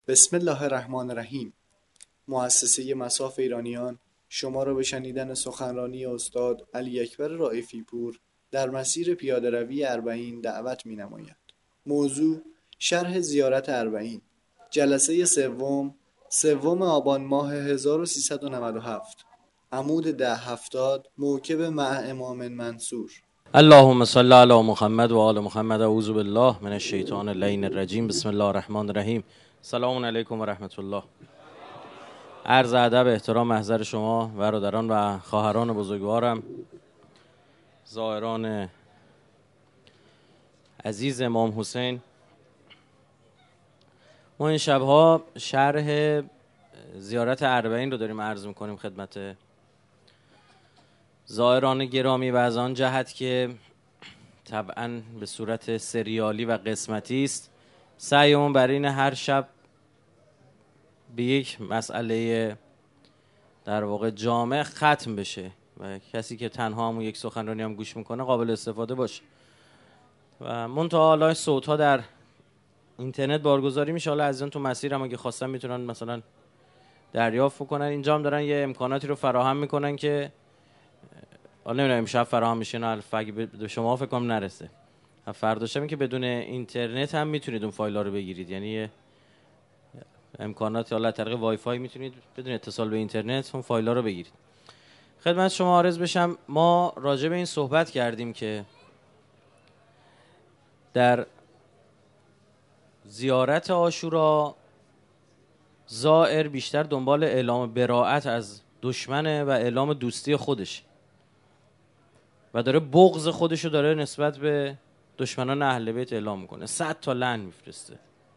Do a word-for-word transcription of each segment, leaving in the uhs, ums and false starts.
بسم الله الرحمن الرحیم. مؤسسه مصاف ایرانیان شما را به شنیدن سخنرانی استاد علی اکبر رائفی پور در مسیر پیاده‌روی اربعین دعوت می‌نماید. موضوع شرح زیارت اربعین، جلسه سوم، سوم آبان ماه هزار و سیصد و نود و هفت، عمود ده هفتاد، موکب مع امام منصور. اللهم صل علی محمد و آل محمد. اعوذ بالله من الشیطان اللعین الرجیم. بسم الله الرحمن الرحیم. سلام علیکم و رحمت الله. عرض ادب احترام محضر شما برادران و خواهران بزرگوارم، زائران عزیز امام حسین. ما این شبها شرح زیارت اربعین رو داریم عرض میکنیم خدمت زائران گرامی و از آن جهت که طبعا به صورت سریالی و قسمتی است، سعیمون بر این هر شب به یک مسئله در واقع جامع ختم بشه و کسی که تنها همون یک سخنرانی هم گوش میکنه قابل استفاده باشه. و منتها حالا صوت ها در اینترنت بارگذاری میشه. حالا از اون تو مسیر هم اگه خواستن میتونن مثلا دریافت کنن. اینجا هم دارن یه امکاناتی رو فراهم میکنن که حالا نمیدونم امشب فراهم میشه نه، اگه به شما فکر کنم نرسه، فردا شب که بدون اینترنت هم میتونید اون فایل ها رو بگیرید. یعنی امکانات حالا طریق وای فای میتونید بدون اتصال به اینترنت اون فایل ها رو بگیرید. خدمت شما عرض بشم ما راجع به این صحبت کردیم که در زیارت عاشورا زائر بیشتر دنبال اعلام براءت از دشمنه و اعلام دوستی خودش و داره بغض خودشو داره نسبت به دشمنان اهل بیت اعلام میکنه. صد تا لعن میفرسته.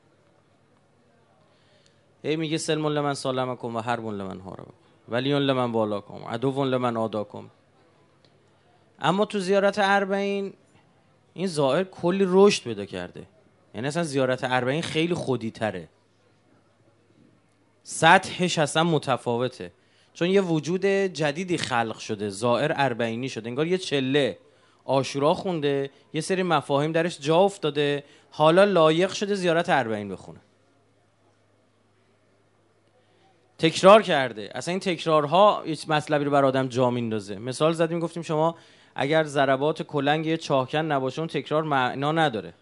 هی میگه سلم لمن سالمکم و حرب لمن حاربکم ولی لمن والاکم عدو لمن عاداکم. اما تو زیارت اربعین این زائر کلی رشد پیدا کرده. یعنی اصلا زیارت اربعین خیلی خودی تره، سطحش اصلا متفاوته، چون یه وجود جدیدی خلق شده. زائر اربعینی شده، انگار یه چله عاشورا خونده، یه سری مفاهیم درش جا افتاده، حالا لایق شده زیارت اربعین بخونه. تکرار کرده. اصلا این تکرارها هیچ مطلبی رو بر آدم جا میندازه. مثال زدیم گفتیم شما اگر ضربات کلنگ یه چاهکن نباشه اون تکرار معنا نداره.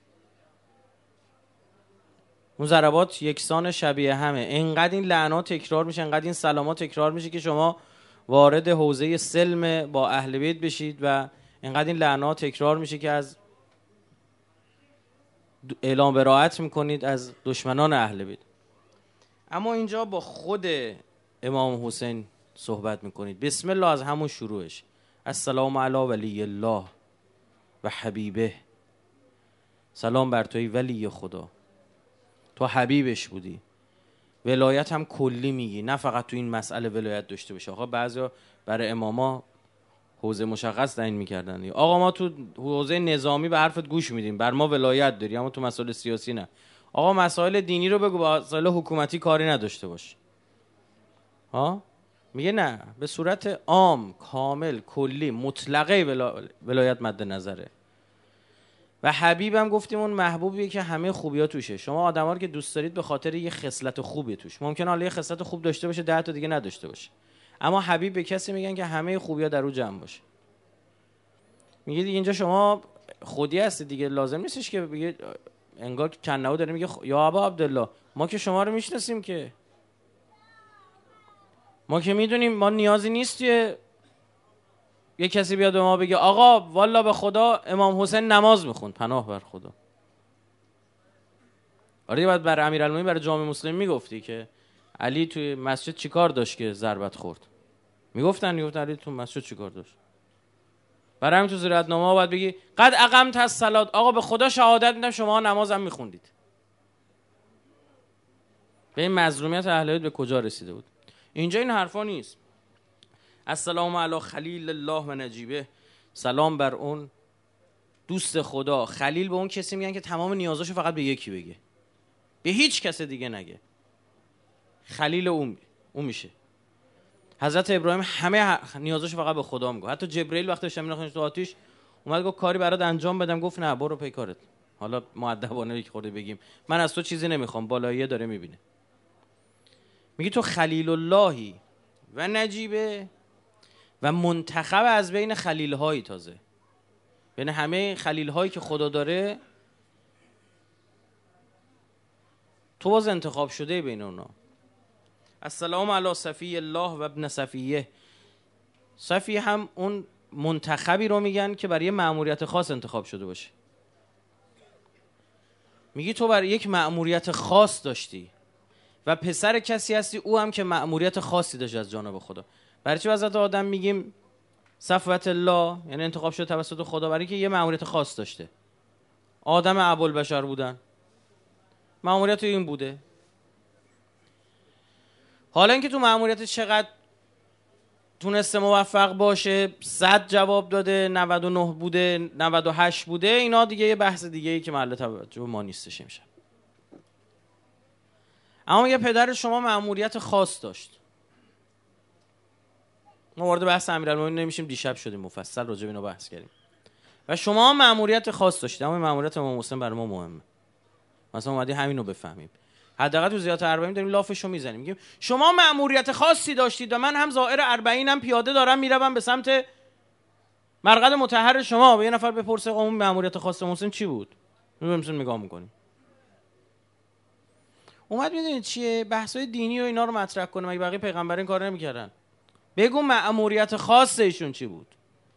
اون ضربات یکسان شبیه همه. انقدر این لعنات تکرار میشه، انقدر این سلامات تکرار میشه که شما وارد حوزه سلم با اهل بیت بشید و انقدر این لعنات تکرار میشه که از اعلام براءت میکنید از دشمنان اهل بیت. اما اینجا با خود امام حسین صحبت میکنید. بسم الله از همون شروعش. السلام علی ولی الله و حبیبه. سلام بر توی ولی خدا، تو حبیبش بودی. ولایت هم کلی میگی، نه فقط تو این مسئله ولایت داشته باشه. آقا بعضیا برای اماما حوزه مشخص تعیین میکردن. آقا ما تو حوزه نظامی به حرفت گوش میدیم، بر ما ولایت داری، اما تو مسائل سیاسی نه. آقا مسائل دینی رو بگو، با مسائل حکومتی کاری نداشته باش. ها میگه نه، به صورت عام کامل کلی مطلقه ولا... ولایت مد نظره. و حبیبم گفتیم اون محبوبیه که همه خوبی‌ها توشه. شما آدما رو که دوست دارید به خاطر یه خصلت خوبی توش. ممکنه حالا یه خصلت خوب داشته باشه، ده تا دیگه نداشته باشه، اما حبیب به کسی میگن که همه خوبی‌ها در او جمع باشه. میگه دیگه اینجا شما خودی هستی دیگه، لازم نیستش که بگید انگار کنهو داره میگه یا ابا عبدالله ما که شما رو میشناسیم، که ما که میدونیم، ما نیازی نیست یه یه کسی بیاد به ما بگه آقا والا به خدا امام حسین نماز میخوند، پناه بر خدا. آره باید بر امیرالمومنین برای جامعه مسلم میگفتی که علی توی مسجد چیکار داشت که ضربت خورد. میگفتن میگفتن علی تو مسجد چیکار داشت. برای همین تو زیارتنامه باید بگی قد اقمت الصلاه، آقا به خدا شهادت میدم شما نمازم میخوندید. به این مظلومیت اهل بیت به کجا رسیده بود. اینجا این حرفا نیست. السلام علی خلیل الله و نجیبه. سلام بر اون دوست خدا. خلیل به اون کسی میگن که تمام نیازاشو فقط به یکی بگه، به هیچ کس دیگه نگه. خلیل اون اون میشه. حضرت ابراهیم همه نیازاشو فقط به خدا میگه. حتی جبرئیل وقتی شمین خونش تو آتش اومد گفت کاری برات انجام بدم، گفت نه برو پی کارت. حالا مؤدبانه یک خورده بگیم من از تو چیزی نمیخوام، بالاییه داره میبینه. میگی تو خلیل اللهی و نجیبه و منتخب از بین خلیل هایی، تازه بین همه خلیل هایی که خدا داره تو باز انتخاب شده بین اونا. السلام علی صفی الله و ابن صفیه. صفی هم اون منتخبی رو میگن که برای مأموریت خاص انتخاب شده باشه. میگی تو برای یک مأموریت خاص داشتی و پسر کسی هستی او هم که مأموریت خاصی داشت از جانب خدا. برای چی واسه آدم میگیم صفوت الله، یعنی انتخاب شده توسط خدا؟ برای که یه مأموریت خاص داشته. آدم ابوالبشر بودن، مأموریت این بوده. حالا اینکه تو مأموریت چقدر تونسته موفق باشه، صد جواب داده، نود و نه بوده، نود و هشت بوده، اینا دیگه یه بحث دیگه ای که محل توجه ما نیستش امشب. اما یه پدر شما مأموریت خاص داشت. ما وارد بحث امیرالمومنین نمیشیم، دیشب شدیم مفصل راجع به اینا بحث کردیم. و شما مأموریت خاص داشتید، اما مأموریت امام حسین برای ما مهمه. مثلا اومدی همین رو بفهمیم. حداقل تو زیارت اربعین داریم لافشو میزنیم، میگیم شما مأموریت خاصی داشتید و من هم زائر اربعینم، پیاده دارم میروم به سمت مرقد مطهر شما. به یه نفر بپرسه اون مأموریت خاص حسین چی بود؟ میریم نگاه میکنیم. اومد میدونید چیه؟ بحث‌های دینی و اینا رو مطرح کنه. مگه بقیه پیغمبر این کارو نمیکردن؟ بگو مأموریت خاص ایشون چی بود؟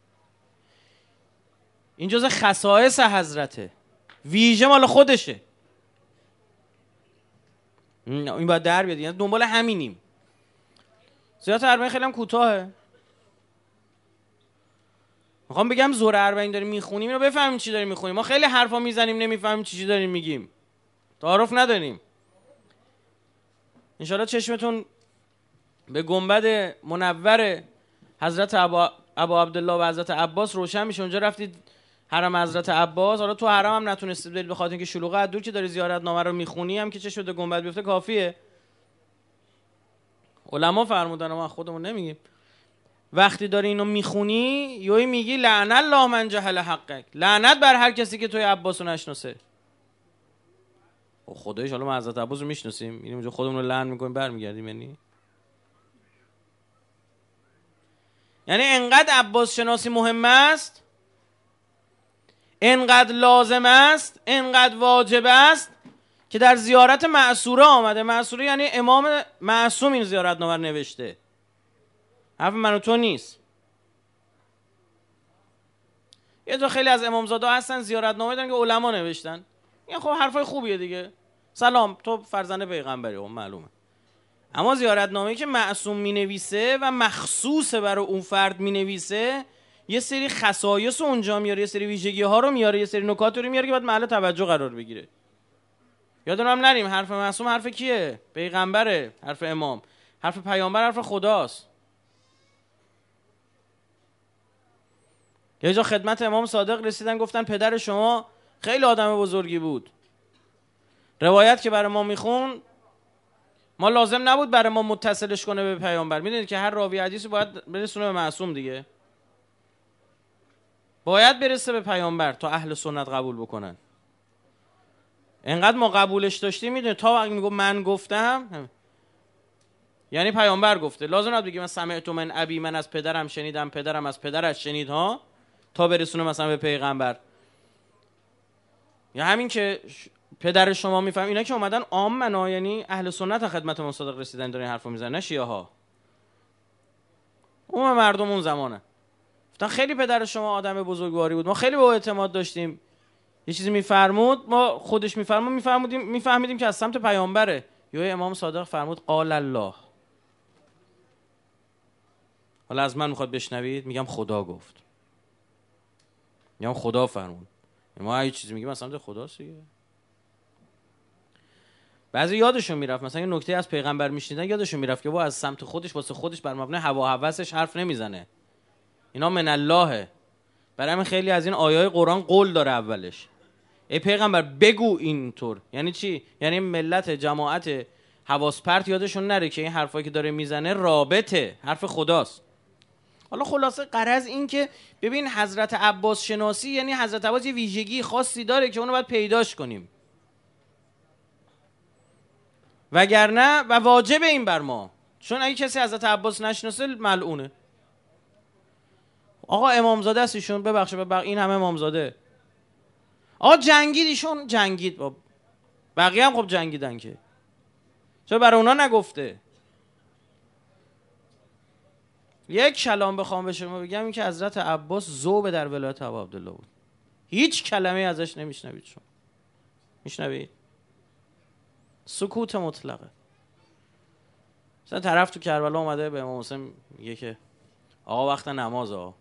این جزء خصایص حضرته، ویژه مال خودشه. این باید در بیاد، یعنی دنبال همینیم. زیارت اربعین خیلی هم کوتاهه. میخوام بگم زور اربعین داریم میخونیم اینو بفهمیم چی داریم میخونیم. ما خیلی حرفا میزنیم نمیفهمیم چی چی داریم میگیم، تعارف نداریم. انشالله چشمتون به گنبد منور حضرت ابا ابا عبدالله و حضرت عباس روشن میشه. اونجا رفتید حرم حضرت عباس، حالا تو حرم هم نتونستید برید به خاطر اینکه شلوغه، از دور که داری زیارت نامه رو میخونی هم که چشم به گنبد بیفته کافیه. علما فرمودن، ما خودمون نمیگیم. وقتی داری اینو میخونی یوی میگی لعن الله من جهل حقک، لعنت بر هر کسی که توی عباس رو نشناسه. خدایش حالا ما حضرت عباس رو میشناسیم، اینو اونجا خودمون رو لعن میکنیم برمیگردیم. یعنی یعنی انقدر عباس شناسی مهم است، انقدر لازم است، انقدر واجب است که در زیارت معصوره آمده. معصوره یعنی امام معصوم این زیارت نامه نوشته، حرف من و تو نیست. یه جا خیلی از امامزاده هستن زیارت نامه دارن که علما نوشتن. این خب حرفای خوبیه دیگه، سلام تو فرزند پیغمبری، اون معلومه. اما زیارت نامه‌ای که معصوم می‌نویسه و مخصوص برای اون فرد می‌نویسه، یه سری خصایص اونجا میاره، یه سری ویژگی‌ها رو میاره، یه سری نکات رو میاره که باید محل توجه قرار بگیره. یادتون هم نریم حرف معصوم حرف کیه؟ پیغمبره. حرف امام، حرف پیامبر حرف خداست. یه جا خدمت امام صادق رسیدن گفتن پدر شما خیلی آدم بزرگی بود. روایت که برای ما میخون ما لازم نبود برای ما متصلش کنه به پیامبر. میدونید که هر راوی حدیثی باید برسونه به معصوم دیگه، باید برسه به پیامبر تا اهل سنت قبول بکنن. انقدر ما قبولش داشتیم، میدونید تا وقتی میگم من گفتم یعنی پیامبر گفته. لازم نبود بگی من سمعت من ابی، من از پدرم شنیدم، پدرم از پدرش شنید ها، تا برسونه مثلا به پیغمبر. یا همین که پدر شما میفهم، اینا که اومدن عامنا، یعنی اهل سنت خدمت امام صادق رسیدن دارن حرفو میزنن، نه شیعه ها. اون مردم اون زمانه گفتن خیلی پدر شما آدم بزرگواری بود، ما خیلی به اعتماد داشتیم، یه چیزی میفرمود ما خودش میفرمود میفهمیدیم میفهمیدیم که از سمت پیامبره. یا امام صادق فرمود قال الله. حالا از من میخواد بشنوید، میگم خدا گفت، میگم خدا فرمود. ما هیچ چیزی میگیم از سمت خداست دیگه. بعضی یادشون میرفت مثلا یه نکته از پیغمبر میشنیدن یادشون میرفت که با از سمت خودش واسه خودش بر مبنای هوا و هوسش حرف نمیزنه. اینا من اللهه. برای همین خیلی از این آیای قرآن قول داره اولش. ای پیغمبر بگو اینطور. یعنی چی؟ یعنی ملت جماعت حواس پرت یادشون نره که این حرفایی که داره میزنه رابطه، حرف خداست. حالا خلاصه غرض این که ببین حضرت عباس شناسی یعنی حضرت عباس یه ویژگی خاصی داره که اونو باید پیداش کنیم، وگرنه و واجب این بر ما، چون اگه کسی حضرت عباس نشناسه ملعونه. آقا امامزاده است ایشون، ببخشید ببخش این همه امامزاده. آقا جنگید ایشون، جنگید با بقیه هم خب جنگیدن که، چرا برای اونا نگفته؟ یک کلام بخوام به شما بگم این که حضرت عباس ذوب در ولایت ابا عبدالله بود، هیچ کلمه ازش نمیشنوید. شما میشنوید؟ سکوت مطلقه. مثلا طرف تو کربلا اومده به امام حسین میگه که آقا وقت نماز ها.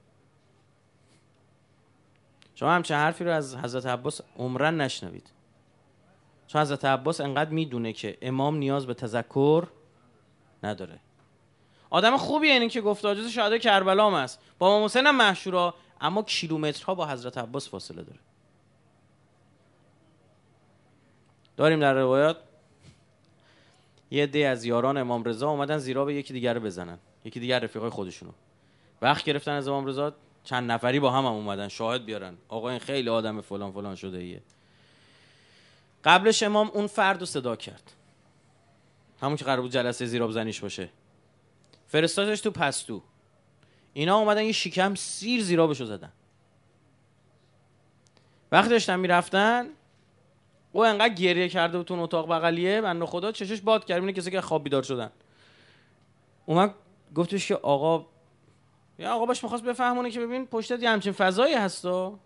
شما همچین حرفی رو از حضرت عباس عمرن نشنوید، چون حضرت عباس انقدر میدونه که امام نیاز به تذکر نداره. آدم خوبیه اینی که گفته جز شهدای کربلا هم هست، با امام حسین هم مشهوره، اما کیلومترها با حضرت عباس فاصله داره. داریم در روایات یه عده از یاران امام رضا اومدن زیرا به یکی دیگر رو بزنن، یکی دیگر رفیقای خودشونو. وقت گرفتن از امام رضا، چند نفری با هم, هم اومدن شاهد بیارن، آقا این خیلی آدم فلان فلان شده ایه. قبلش امام اون فرد رو صدا کرد، همون که قرار بود جلسه زیراب زنیش باشه، فرستادش تو پستو. اینا اومدن یه شکم سیر زیرابشو زدن. وقتی داشتن میرفتن او انقدر گریه کرده بود تو اون اتاق بغلیه، بنده خدا چشش باد کرد، اینه کسی که خواب بیدار شدن. اومد گفتش که آقا، یا آقا باش میخواست بفهمونه که ببین پشتت یه همچین فضایی هستا،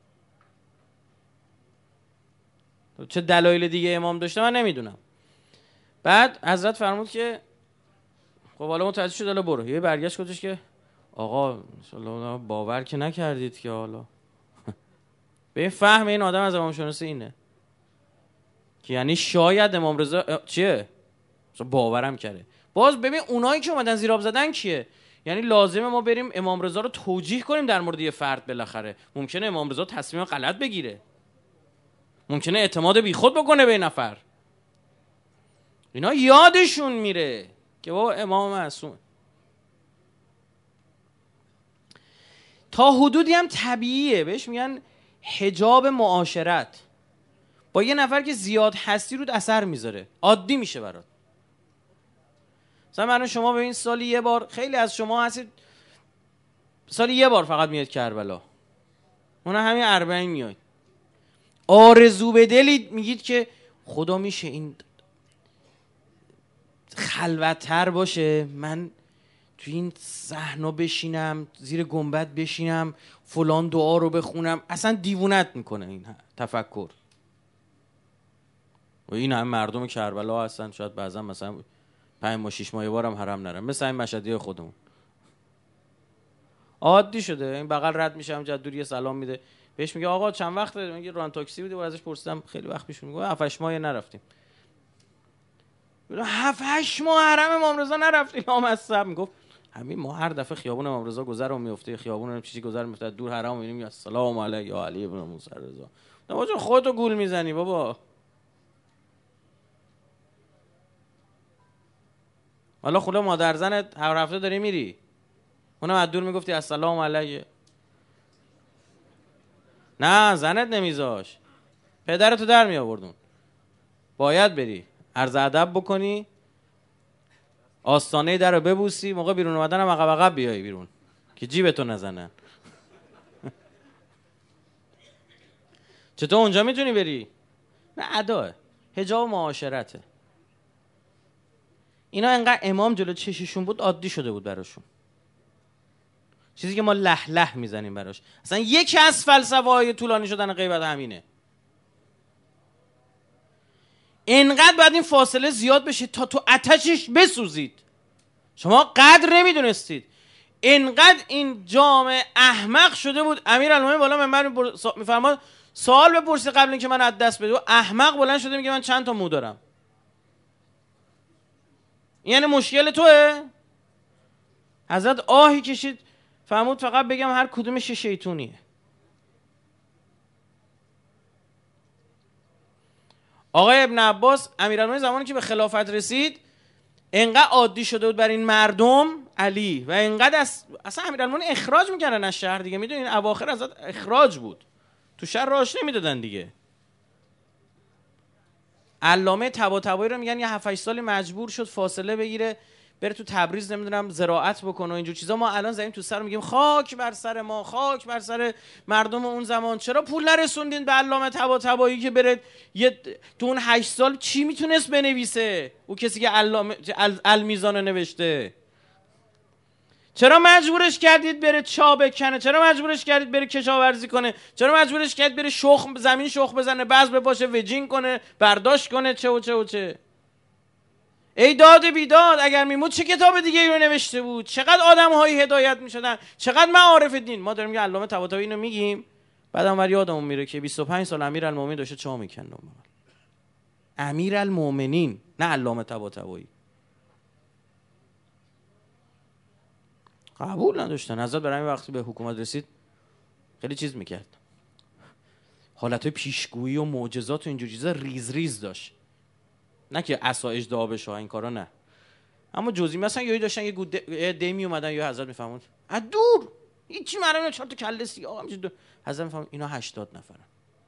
چه دلایل دیگه امام داشته من نمیدونم. بعد حضرت فرمود که خب حالا متوجه شد، حالا برو. یه برگشت گفتش که آقا انشالله باور که نکردید که حالا به این فهم این آدم از امام شناسی اینه که یعنی شاید امام رضا چیه باورم کرده. باز ببین اونایی که اومدن زیراب زدن کیه؟ یعنی لازمه ما بریم امام رضا رو توجیه کنیم در مورد یه فرد. بالاخره ممکنه امام رضا تصمیم غلط بگیره، ممکنه اعتماد بیخود بکنه به این نفر. اینا یادشون میره که با امام معصوم. تا حدودی هم طبیعیه، بهش میگن حجاب معاشرت. با یه نفر که زیاد هستی رود اثر میذاره، عادی میشه برات. مثلا من شما ببین سالی یه بار، خیلی از شما هستید سالی یه بار فقط میاد کربلا، اون همین اربعین میاد، آرزو به دلید میگید که خدا میشه این خلوت‌تر باشه، من تو این صحنه بشینم، زیر گنبد بشینم، فلان دعا رو بخونم. اصلا دیوونت میکنه این تفکر. و این هم مردم کربلا هستن، شاید بعضا مثلا پنج ماه شش ماه یه بارم حرم نرم، مثلا این مشهدی خودمون عادی شده. این بغل رد میشم جد دور یه سلام میده، بهش میگه آقا چند وقته؟ میگه ران تاکسی بودی، ازش پرسیدم خیلی وقت پیش. میگه هفت هشت ماه نرفتیم. هفت هشت ماه حرم امام رضا نرفتیم. نامصب میگفت همین ما هر دفعه خیابون امام رضا گذرم میفته، خیابون چیزی گذر میفته، دور حرم میبینیم یا سلام علیک یا علی ابن موسی رضا. نماز خودتو گول میزنی بابا. حالا خدا مادر زنت هر هفته داری میری، اونم از دور میگفتی السلام علیک. نه زنت نمیذاش، پدرتو در می آوردون. باید بری عرض ادب بکنی، آستانه در رو ببوسی، موقع بیرون اومدن هم عقب عقب بیای بیرون که جیبتو نزنن. چطور اونجا میتونی بری؟ نه اداه، حجاب معاشرته. اینا انقدر امام جلو چششون بود عادی شده بود براشون، چیزی که ما له له میزنیم براش. اصلا یکی از فلسفه‌های طولانی شدن غیبت همینه. انقدر باید این فاصله زیاد بشه تا تو آتشش بسوزید. شما قدر نمیدونستید. انقدر این جامعه احمق شده بود. امیرالمومنین بالا منبر میفرماد سوال بپرسی قبل اینکه من از دست بده. احمق بلند شده میگه من چند تا مو دارم. یعنی مشکل توئه؟ حضرت آهی کشید فرمود فقط بگم هر کدومش شیطونیه. آقای ابن عباس امیرالمومنین زمانی که به خلافت رسید انقدر عادی شده بود بر این مردم، علی و اینقدر از اصلا امیرالمومنین اخراج میکردن از شهر دیگه. میدونین اواخر ازت اخراج بود، تو شهر راهش نمیدادن دیگه. علامه طباطبایی رو میگن یه هفت هشت سالی مجبور شد فاصله بگیره بره تو تبریز نمیدونم زراعت بکنه و اینجور چیزا. ما الان زدیم تو سر میگیم خاک بر سر ما، خاک بر سر مردم اون زمان. چرا پول نرسوندین به علامه طباطبایی که بره یه تو اون هشت سال چی میتونست بنویسه او کسی که علامه المیزان رو نوشته؟ چرا مجبورش کردید بره چا بکنه؟ چرا مجبورش کردید بره کشاورزی کنه؟ چرا مجبورش کردید بره شخم زمین شخم بزنه، بذر بپاشه، وجین کنه، برداشت کنه، چه و چه و چه؟ ای داد بیداد، اگر میمود چه کتاب دیگه ای رو نوشته بود؟ چقدر آدم‌هایی هدایت می‌شدن، چقدر معارف دین. ما داریم که علامه طباطبایی اینو میگیم، بعدم ور یادمون میره که بیست و پنج سال امیرالمومنین داشته چا میکنه. امیرالمومنین، نه علامه طباطبایی. قبول نداشتن. حضرت برای وقتی به حکومت رسید خیلی چیز میکرد، حالتهای پیشگویی و معجزات و اینجور چیزا ریز ریز داشت. نه که عصا اژدها بشه این کارا، نه، اما جزئی مثلا یهو داشتن یه گوده دمی اومدن یا حضرت میفهمون از دور هیچی معلومه نه، چهار تا کله سیاه همینجوری حضرت میفهمون اینا هشتاد نفرن.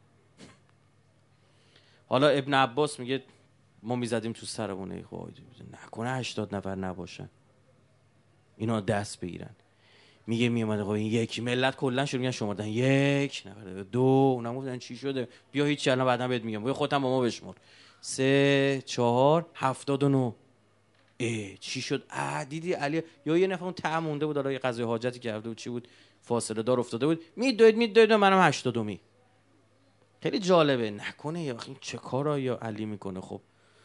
حالا ابن عباس میگه ما میزدیم تو سرمون خب نکنه هشتاد نفر نباشن اینا دست بگیرن. میگه میومد خب این یک ملت کلا شروع کردن شمردن، یک نفر، دو، اونم گفتن چی شده؟ بیا هیچ الان بعدا بهت میگم، بیا خودت هم با ما بشمر، سه، چهار، هفتاد و نه. ای چی شد؟ اه دیدی علی یا یه نفر اون ته مونده بود، حالا یه قضیه حاجتی کرده بود چی بود فاصله دار افتاده بود، میدوید میدوید منم هشتادمی. خیلی جالبه. نکنه یه وقت این چه کارایی یا علی میکنه؟ خب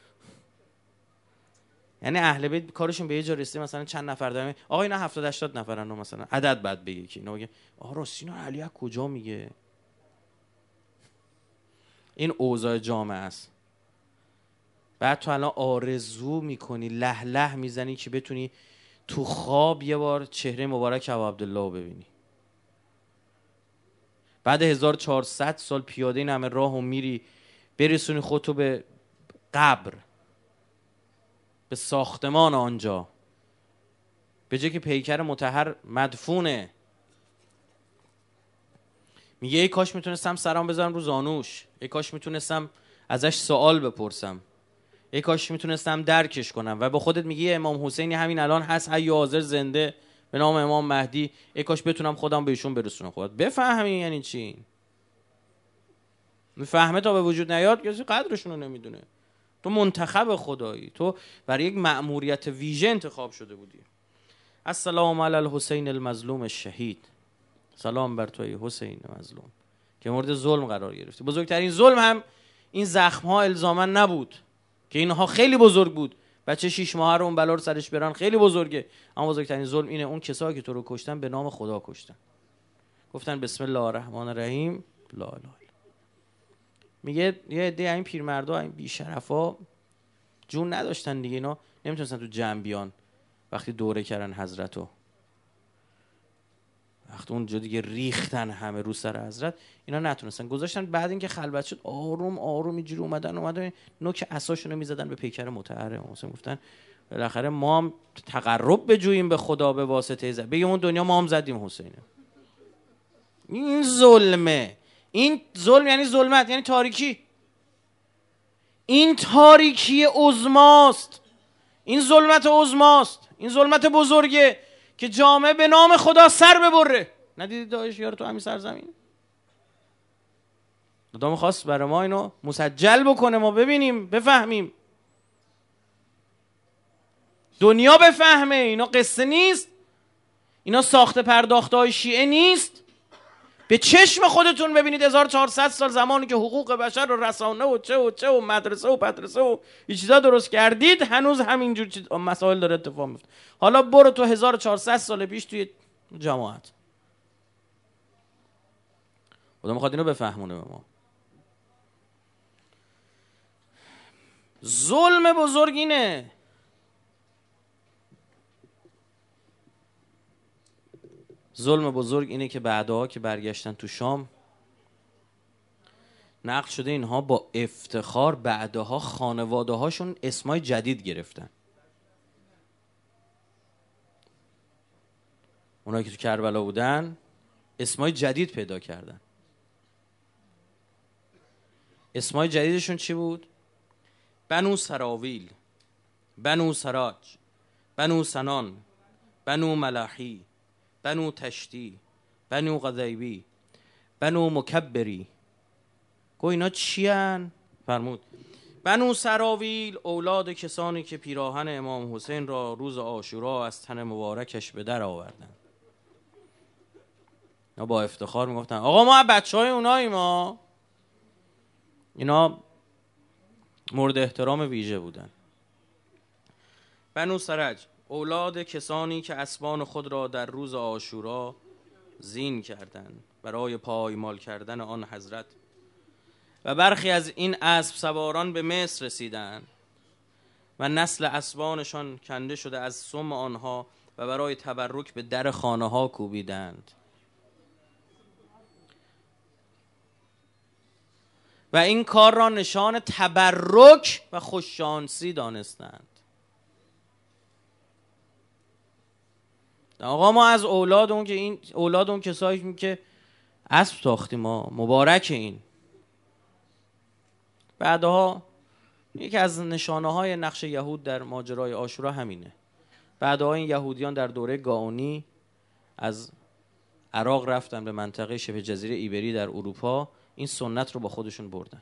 یعنی اهل بیت کارشون به یه جا رسیده مثلا چند نفر دارن آقا اینا هفتاد هشتاد نفرن مثلا عدد بعد بگه که اینا بگه آقا راستینا علی از کجا میگه؟ این اوضاع جامعه است. بعد تو الان آرزو میکنی له له میزنی که بتونی تو خواب یه بار چهره مبارک ابو عبدالله رو ببینی. بعد هزار و چهارصد سال پیاده این همه راهو میری برسونی خودتو به قبر، به ساختمان آنجا، به جای که پیکر مطهر مدفونه. میگه ای کاش میتونستم سرام بذارم رو زانوش، ای کاش میتونستم ازش سوال بپرسم، ای کاش میتونستم درکش کنم. و به خودت میگی امام حسینی همین الان هست حی و حاضر زنده به نام امام مهدی، ای کاش بتونم خودم بهشون برسونم. خودت بفهمی یعنی چی؟ میفهمه تا به وجود نیاد کسی قدرشون رو نمیدونه. تو منتخب خدایی، تو برای یک مأموریت ویژه انتخاب شده بودی. السلام علی الحسین المظلوم الشهید، سلام بر توی حسین مظلوم که مورد ظلم قرار گرفتی. بزرگترین ظلم هم این زخم ها الزاما نبود که اینها خیلی بزرگ بود، بچه شش ماهه رو اون بلا رو سرش بران خیلی بزرگه، اما بزرگترین ظلم اینه اون کسایی که تو رو کشتن به نام خدا کشتن، گفتن بسم الله الرحمن الرحیم لا اله. میگه یه عده این پیرمردا این بی شرفا جون نداشتن دیگه، اینا نمیتونستن تو جمع بیان. وقتی دوره کردن حضرتو، وقتی اونجا دیگه ریختن همه رو سر حضرت، اینا نتونستن، گذاشتن. بعد اینکه خلوت شد آروم آروم اینجوری اومدن اومدن نوک عصاشونو میزدن به پیکر مطهر محسن، گفتن بالاخره ما هم تقرب بجوییم به خدا به واسطه زد، بگیم اون دنیا ما هم زدیم حسینه. این ظلمه. این ظلم یعنی ظلمت، یعنی تاریکی. این تاریکی عظماست، این ظلمت عظماست، این ظلمت بزرگه که جامعه به نام خدا سر ببره. ندیدید داعش یارو تو همین سرزمین؟ خدا می‌خواست برای ما اینو مسجل بکنه، ما ببینیم بفهمیم، دنیا بفهمه اینا قصه نیست، اینا ساخته پرداخته های شیعه نیست. به چشم خودتون ببینید هزار و چهارصد سال زمانی که حقوق بشر و رسانه و چه و چه و مدرسه و پدرسه و این چیزا درست کردید، هنوز همینجور چیز مسائل داره اتفاق میفته. حالا برو تو هزار و چهارصد سال پیش توی جماعت، خدا میخواد اینو بفهمونه به ما. ظلم بزرگ اینه. ظلم بزرگ اینه که بعدها که برگشتن تو شام نقل شده اینها با افتخار بعدها خانواده هاشون اسمای جدید گرفتن. اونایی که تو کربلا بودن اسمای جدید پیدا کردن. اسمای جدیدشون چی بود؟ بنو سراویل، بنو سراج، بنو سنان، بنو ملاحی، بنو تشتی، بنو غذیبی، بنو مکبری. گو اینا چی هن؟ فرمود بنو سراویل اولاد کسانی که پیراهن امام حسین را روز عاشورا از تن مبارکش به در آوردن. اینا با افتخار میگفتن آقا ما بچه های اوناییم ما. اینا مورد احترام ویژه بودن. بنو سرج اولاد کسانی که اسبان خود را در روز عاشورا زین کردند برای پایمال کردن آن حضرت و برخی از این اسب سواران به مصر رسیدند و نسل اسبانشان کنده شده از سم آنها و برای تبرک به در خانه ها کوبیدند و این کار را نشان تبرک و خوششانسی دانستند. آقا ما از اولاد اون که این اولاد اون کسایی که اسب تاختیم ما مبارک. این بعدها یکی از نشانه های نقش یهود در ماجرای عاشورا همینه. بعدها این یهودیان در دوره گاونی از عراق رفتن به منطقه شبه جزیره ایبری در اروپا، این سنت رو با خودشون بردن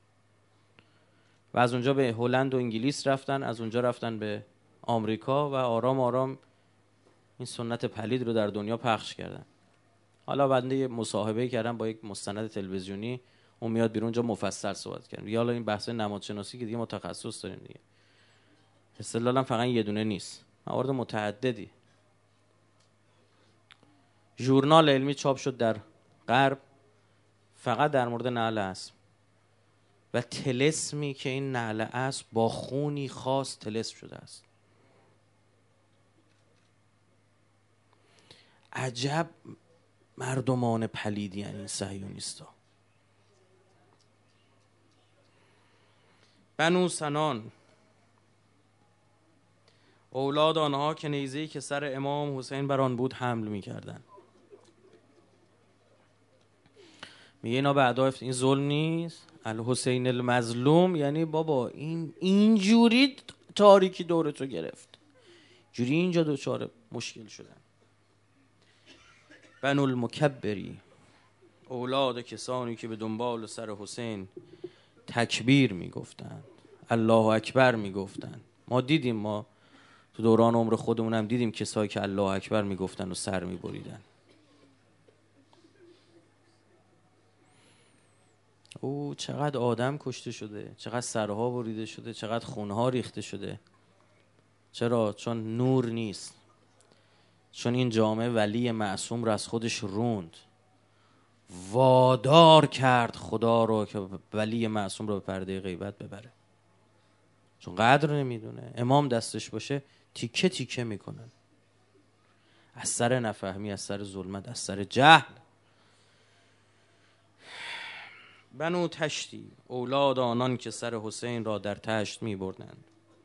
و از اونجا به هلند و انگلیس رفتن، از اونجا رفتن به آمریکا و آرام آرام این سنت پلید رو در دنیا پخش کردن. حالا بنده یه مصاحبه کردم با یک مستند تلویزیونی، اون میاد بیرون جا مفصل صحبت کردن. یا حالا این بحث نمادشناسی که دیگه متخصص داریم دیگه، اصطلاحاً فقط یه دونه نیست، موارد متعددی. ژورنال علمی چاپ شد در غرب فقط در مورد نعل اسب و طلسمی که این نعل اسب با خونی خاص طلسم شده است. عجب مردمان پلیدی یعنی این صهیونیستا. بنو سنان اولاد آنها که نیزه‌ای که سر امام حسین بر آن بود حمل می‌کردند. میگه اینا بعدا این ظلم نیست، الحسین المظلوم، یعنی بابا این اینجوری تاریکی دورتو گرفت، جوری اینجا دوچار مشکل شدن. بنو المکبری اولاد کسانی که به دنبال سر حسین تکبیر میگفتند، الله اکبر میگفتند. ما دیدیم، ما تو دوران عمر خودمون هم دیدیم کسایی که الله اکبر میگفتن و سر میبریدن. او چقدر آدم کشته شده، چقدر سرها بریده شده، چقدر خونها ریخته شده. چرا؟ چون نور نیست، چون این جامعه ولی معصوم رو از خودش روند، وادار کرد خدا رو که ولی معصوم رو به پرده غیبت ببره. چون قدر نمیدونه، امام دستش باشه تیکه تیکه میکنن، از سر نفهمی، از سر ظلمت، از سر جهل. بنو تشتی اولاد آنان که سر حسین را در تشت می بردند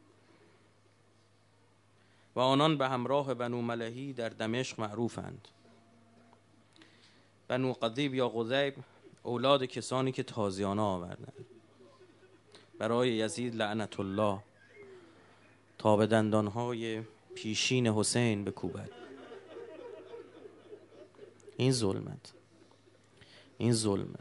و آنان به همراه بنو ملحی در دمشق معروفند. بنو قضیب یا غذیب اولاد کسانی که تازیانه آوردند برای یزید لعنت الله تا به دندانهای پیشین حسین بکوبد. این ظلمت، این ظلمه.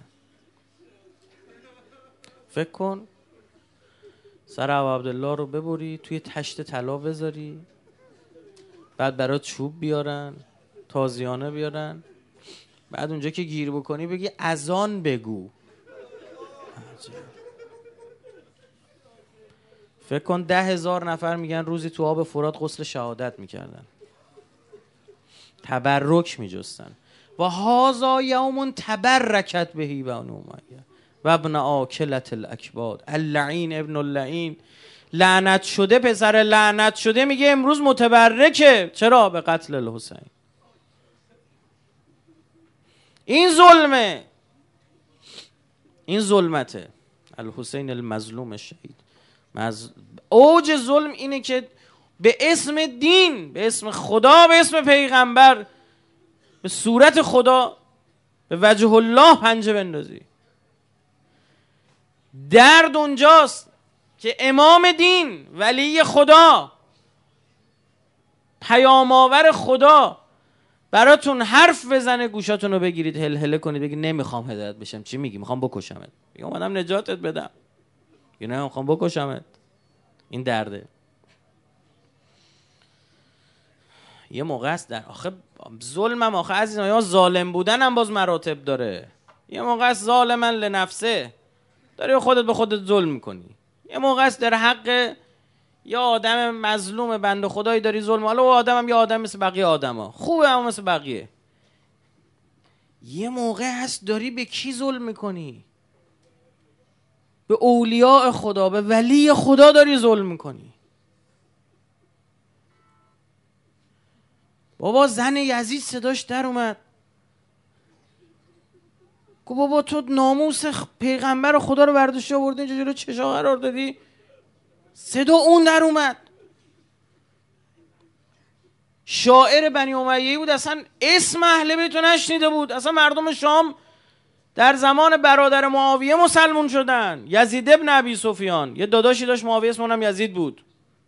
فکر کن سر ابو عبدالله رو ببری توی تشت طلا بذاری، بعد برات چوب بیارن، تازیانه بیارن، بعد اونجا که گیر بکنی بگی اذان بگو. فکر کن ده هزار نفر میگن روزی تو آب فرات غسل شهادت میکردن، تبرک میجستن. و هذا یوم تبرکت بهی بنو امیه و ابن آکلت الاکباد اللعین ابن اللعین، لعنت شده پسر لعنت شده، میگه امروز متبرکه. چرا؟ به قتل الحسین. این ظلمه، این ظلمته. الحسین المظلوم شهید. مز... اوج ظلم اینه که به اسم دین، به اسم خدا، به اسم پیغمبر به صورت خدا، به وجه الله پنجه بندازی. درد اونجاست که امام دین، ولی خدا، پیام آور خدا براتون حرف بزنه، گوشاتون رو بگیرید هل هله کنید، بگید نمیخوام هدایت بشم. چی میگی؟ میخوام بکشمت. میگم اومدم نجاتت بدم. یا نه میخوام بکشمت. این درده. یه موقع است در آخه ظلمم، آخه عزیزان یا ظالم بودن هم باز مراتب داره. یه موقع است ظالمن لنفسه، داری خودت به خودت ظلم میکنی. یه موقع است در حق یا آدم مظلوم بنده خدایی داری ظلم، حالا او آدمم یا آدم مثل بقیه آدما خوبه اما مثل بقیه. یه موقع هست داری به کی ظلم میکنی؟ به اولیاء خدا، به ولی خدا داری ظلم میکنی. بابا زن یزید صداش در اومد، گفت بابا تو ناموس پیغمبر خدا رو برداشتی آوردی اینجا جلو چشا قرار دادی. صدا اون در اومد. شاعر بنی امیه‌ای بود، اصلا اسم اهل بیت رو نشنیده بود. اصلا مردم شام در زمان برادر معاویه مسلمون شدن. یزید ابن ابی سفیان یه داداشی داشت معاویه، اسم اونم یزید بود.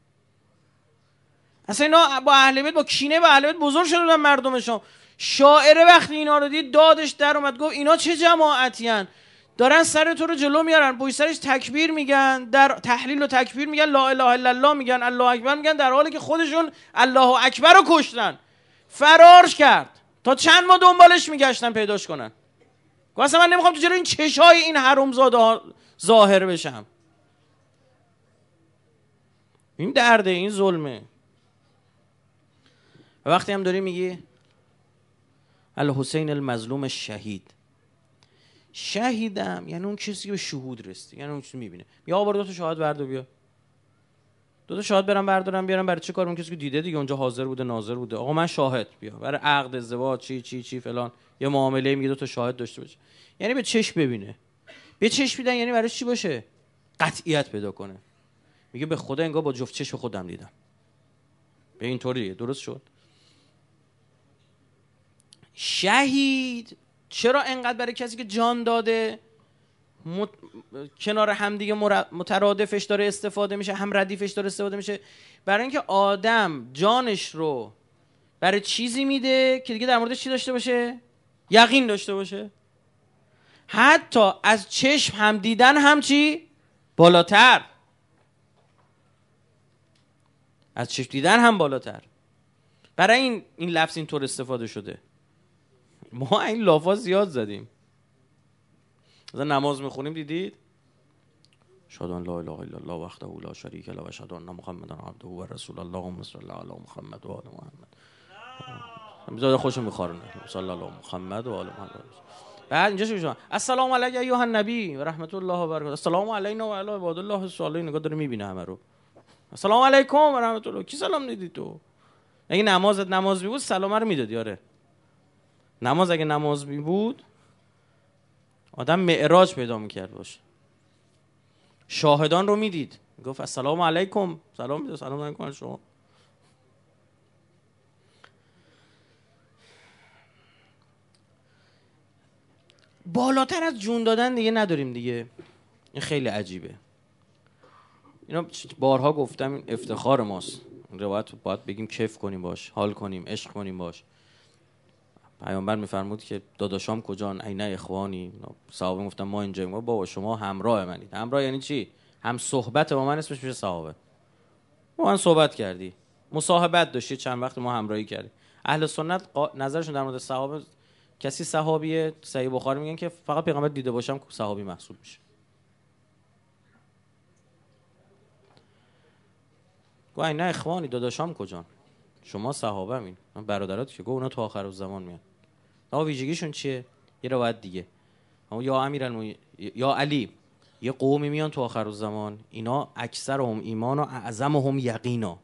اصلا اینا با اهل بیت، با کینه با اهل بیت بزرگ شده بودن مردم شام. شاعر وقتی اینا رو دید دادش در اومد، گفت اینا چه جماعتی ان دارن سر تو رو جلو میارن، پشت سرش تکبیر میگن، در تحلیل و تکبیر میگن، لا اله الا الله میگن، الله اکبر میگن، در حالی که خودشون الله اکبر رو کشتن. فرارش کرد تا چند ما دنبالش میگشتن پیداش کنن. گفت اصلا من نمیخوام تو جلو این چشای این حرومزاده ها ظاهر بشم. این درده، این ظلمه. و وقتی هم داری میگی الحسین المظلوم شهید، شهیدم یعنی اون کسی که به شهود رسید، یعنی اون چیزی میبینه. یا آور دو تا شاهد بردار بیا، دو تا شاهد برام بردارم بیارم. برای چه کار؟ اون کسی که دیده دیگه اونجا حاضر بوده ناظر بوده. آقا من شاهد بیا برای عقد ازدواج چی چی چی فلان، یه معامله میگه دو تا شاهد داشته باشه، یعنی به چشم ببینه. به چشم دیدن یعنی برای چی باشه؟ قطعیت پیدا کنه. میگه به خدا انگار با جفت چشم خودم دیدم. به این طوریه. درست شد؟ شهید چرا انقدر برای کسی که جان داده مت... کنار همدیگه مر... مترادفش داره استفاده میشه، هم ردیفش داره استفاده میشه؟ برای اینکه آدم جانش رو برای چیزی میده که دیگه در موردش چی داشته باشه؟ یقین داشته باشه. حتی از چشم هم دیدن هم چی؟ بالاتر. از چشم دیدن هم بالاتر. برای این این لفظ اینطور استفاده شده. ما این لافا زیاد زدیم. مثلا نماز میخونیم دیدید اشهد ان لا اله الا الله وحده لا شریک له و اشهد ان محمدا عبده و رسول الله اللهم صل علی محمد و آل محمد. میذاره خوشو میخوارونه صلی الله محمد و آل محمد. بعد اینجا چی میشه؟ السلام علیک ایها النبی و رحمت الله و برکاته. السلام علینا و علی عباد الله الصالحین. نگاه داره میبینه همه رو. السلام علیکم و رحمت الله. کی سلام میدی تو؟ اگه نمازت نماز بود سلام رو میدادی. آره نماز اگه نماز می بود آدم معراج پیدا میکرد باشه. شاهدان رو میدید، گفت السلام علیکم، سلام میده، سلام علیکم شما. بالاتر از جون دادن دیگه نداریم دیگه. این خیلی عجیبه. اینا بارها گفتم این افتخار ماست. روایت باید بگیم کیف کنیم باش، حال کنیم، عشق کنیم باش. پیامبر میفرمود که داداشام کجان؟ اینا اخوانی. صحابه گفتن ما اینجاییم. بابا شما همراه منید. همراه یعنی چی؟ هم صحبت با من اسمش میشه صحابه. با من صحبت کردی، مصاحبت داشتی، چند وقت ما همراهی کردی. اهل سنت نظرشون در مورد صحابه، کسی صحابیه صحیح بخاری میگن که فقط پیغمبر دیده باشم صحابی محسوب میشه. گفت اینا اخوانی، داداشام کجان؟ شما صحابه همین، من برادرات که گفت اونا تو آخر الزمان میان. آقا ویژگیشون چیه؟ یه روایت دیگه اما یا امیرالمومنین یا علی، یه قومی میان تو آخر الزمان اینا اکثرهم ایمان و اعظمهم یقینا.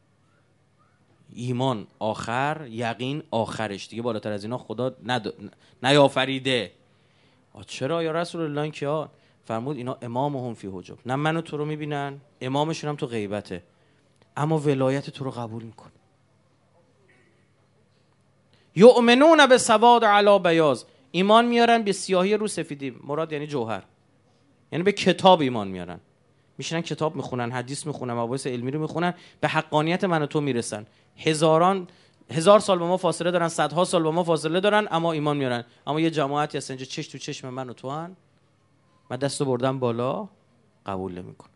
ایمان آخر، یقین آخرش، دیگه بالاتر از اینا خدا ند... نیافریده. چرا یا رسول الله؟ این کیا؟ فرمود اینا امامهم فی حجب. نه منو تو رو میبینن، امامشون هم تو غیبته، اما ولایت تو رو قبول میکن. یؤمنون به سواد علی بیاض، ایمان میارن به سیاهی رو سفیدی. مراد یعنی جوهر، یعنی به کتاب ایمان میارن، میشینن کتاب میخونن، حدیث میخونن، مباحث علمی رو میخونن، به حقانیت من و تو میرسن. هزاران هزار سال با ما فاصله دارن، صدها سال با ما فاصله دارن، اما ایمان میارن. اما یه جماعتی هستن اینجا چش تو چشم من و تو هن، من دستو بردم بالا، قبول نمیکن.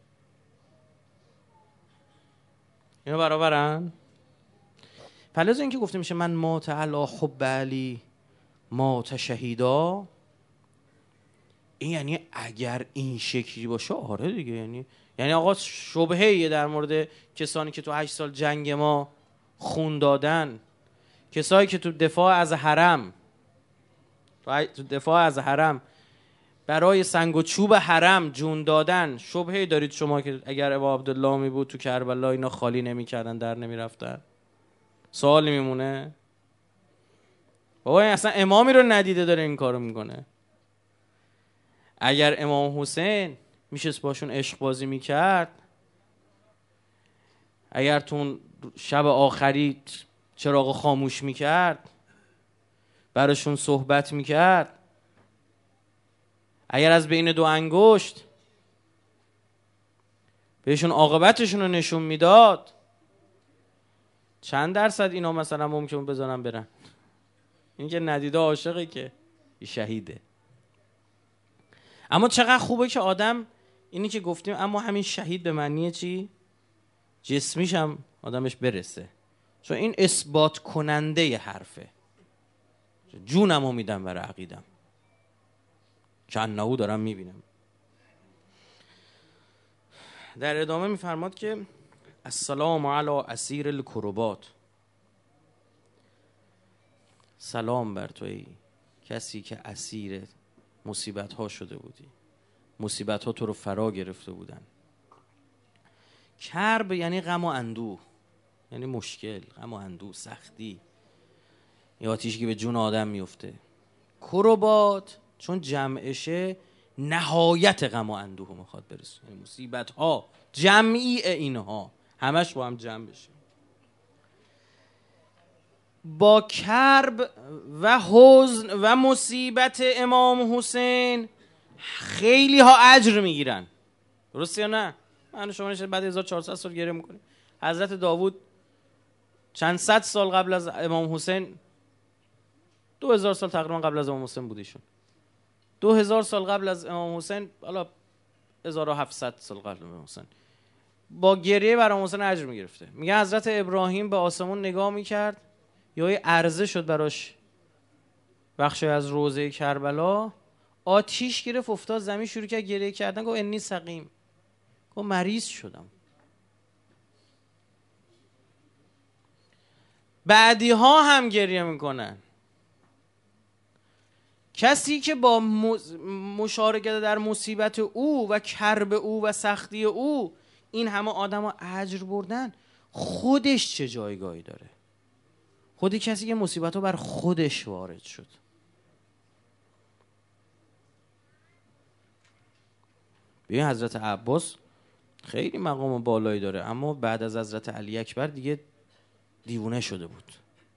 اینا برابرن. فلذا اینکه گفته میشه من مات علی حب علی مات شهیدا، این یعنی اگر این شکلی باشه آره دیگه، یعنی یعنی آقا شبهه در مورد کسانی که تو هشت سال جنگ ما خون دادن، کسایی که تو دفاع از حرم تو دفاع از حرم برای سنگ و چوب حرم جون دادن، شبهه دارید شما که اگر ابا عبدالله می بود تو کربلا اینا خالی نمی کردن، در نمی رفتن؟ سوال میمونه. بابا این اصلا امامی رو ندیده داره این کارو میکنه. اگر امام حسین میشست باشون عشق بازی میکرد، اگر تو شب آخری چراغ خاموش میکرد، براشون صحبت میکرد، اگر از بین دو انگشت بهشون عاقبتشون رو نشون میداد، چند درصد اینا مثلا ممکن بذارن برن؟ این که ندیده عاشقه که شهیده. اما چقدر خوبه که آدم اینی که گفتیم، اما همین شهید به معنی چی؟ جسمیش هم آدمش برسه، چون این اثبات کننده ی حرفه. جونمو میدم برای عقیدم، کنهو دارم میبینم. در ادامه میفرماد که السلام علی اسیر الکربات، سلام بر توی کسی که اسیر مصیبت ها شده بودی، مصیبت ها تو رو فرا گرفته بودن. کرب یعنی غم و اندوه، یعنی مشکل، غم و اندوه، سختی، یا آتیشی که به جون آدم میفته. کربات چون جمعشه نهایت غم و اندوه میخواد برسه، یعنی مصیبت ها جمعی اینها همش با هم جمع بشه. با کرب و حزن و مصیبت امام حسین خیلی ها اجر میگیرن، درسته یا نه؟ من شما نشه بعد هزار و چهارصد سال گریه میکنیم. حضرت داوود چند صد سال قبل از امام حسین، دو هزار سال تقریبا قبل از امام حسین بودیشون، دو هزار سال قبل از امام حسین، حالا هزار و هفتصد سال قبل از امام حسین، با گریه بر امام حسین اجر میگرفته. میگه حضرت ابراهیم به آسمون نگاه میکرد، یا یه عرضه شد براش بخشی از روضه کربلا، آتیش گرفت افتاد زمین، شروع کرد گریه کردن، گفت انی سقیم، گفت مریض شدم. بعدی ها هم گریه میکنن. کسی که با مشارکت در مصیبت او و کرب او و سختی او این همه آدم ها اجر بردن، خودش چه جایگاهی داره؟ خودی کسی که مصیبت ها بر خودش وارد شد. ببین حضرت عباس خیلی مقام بالایی داره، اما بعد از حضرت علی اکبر دیگه دیوونه شده بود.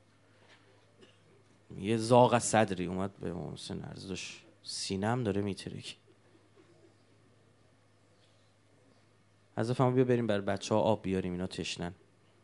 یه زاغ صدری اومد به امام حسین عرض داشت، سینم داره میترک. حضرت فرمود بیا بریم بر بچه ها آب بیاریم، اینا تشنن.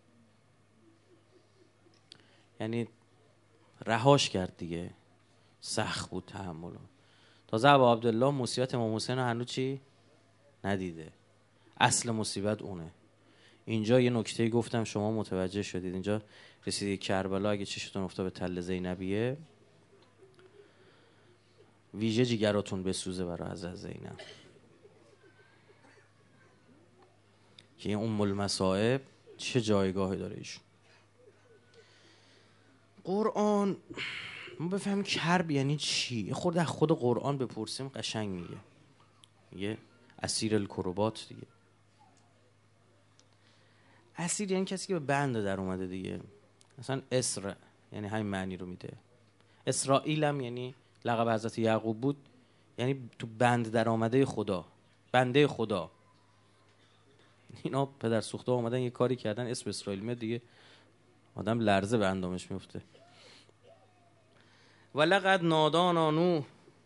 یعنی رهاش کرد دیگه، سخت بود تحمل. تازه ابا عبدالله مصیبت امام حسین رو هنوز چی ندیده، اصل مصیبت اونه. اینجا یه نکته گفتم شما متوجه شدید، اینجا رسیدی کربلا، اگه چشتون افتاد به تل زینبیه، ویژه جیگراتون بسوزه برای حضرت زینب که این ام المصائب چه جایگاهی داره ایشون. قرآن ما بفهمیم کرب یعنی چی، خود از خود قرآن بپرسیم قشنگ میگه. میگه اسیر الکربات دیگه. اسیر یعنی کسی که به بند در اومده دیگه. مثلا اسر یعنی همین معنی رو میده. اسرائیل هم یعنی لقب حضرت یعقوب بود، یعنی تو بند در آمده خدا، بنده خدا. اینا پدر سوخته اومدن یه کاری کردن اسم اسرائیل میاد دیگه، آدم لرزه به اندامش میفته. ولقد نادانا نوح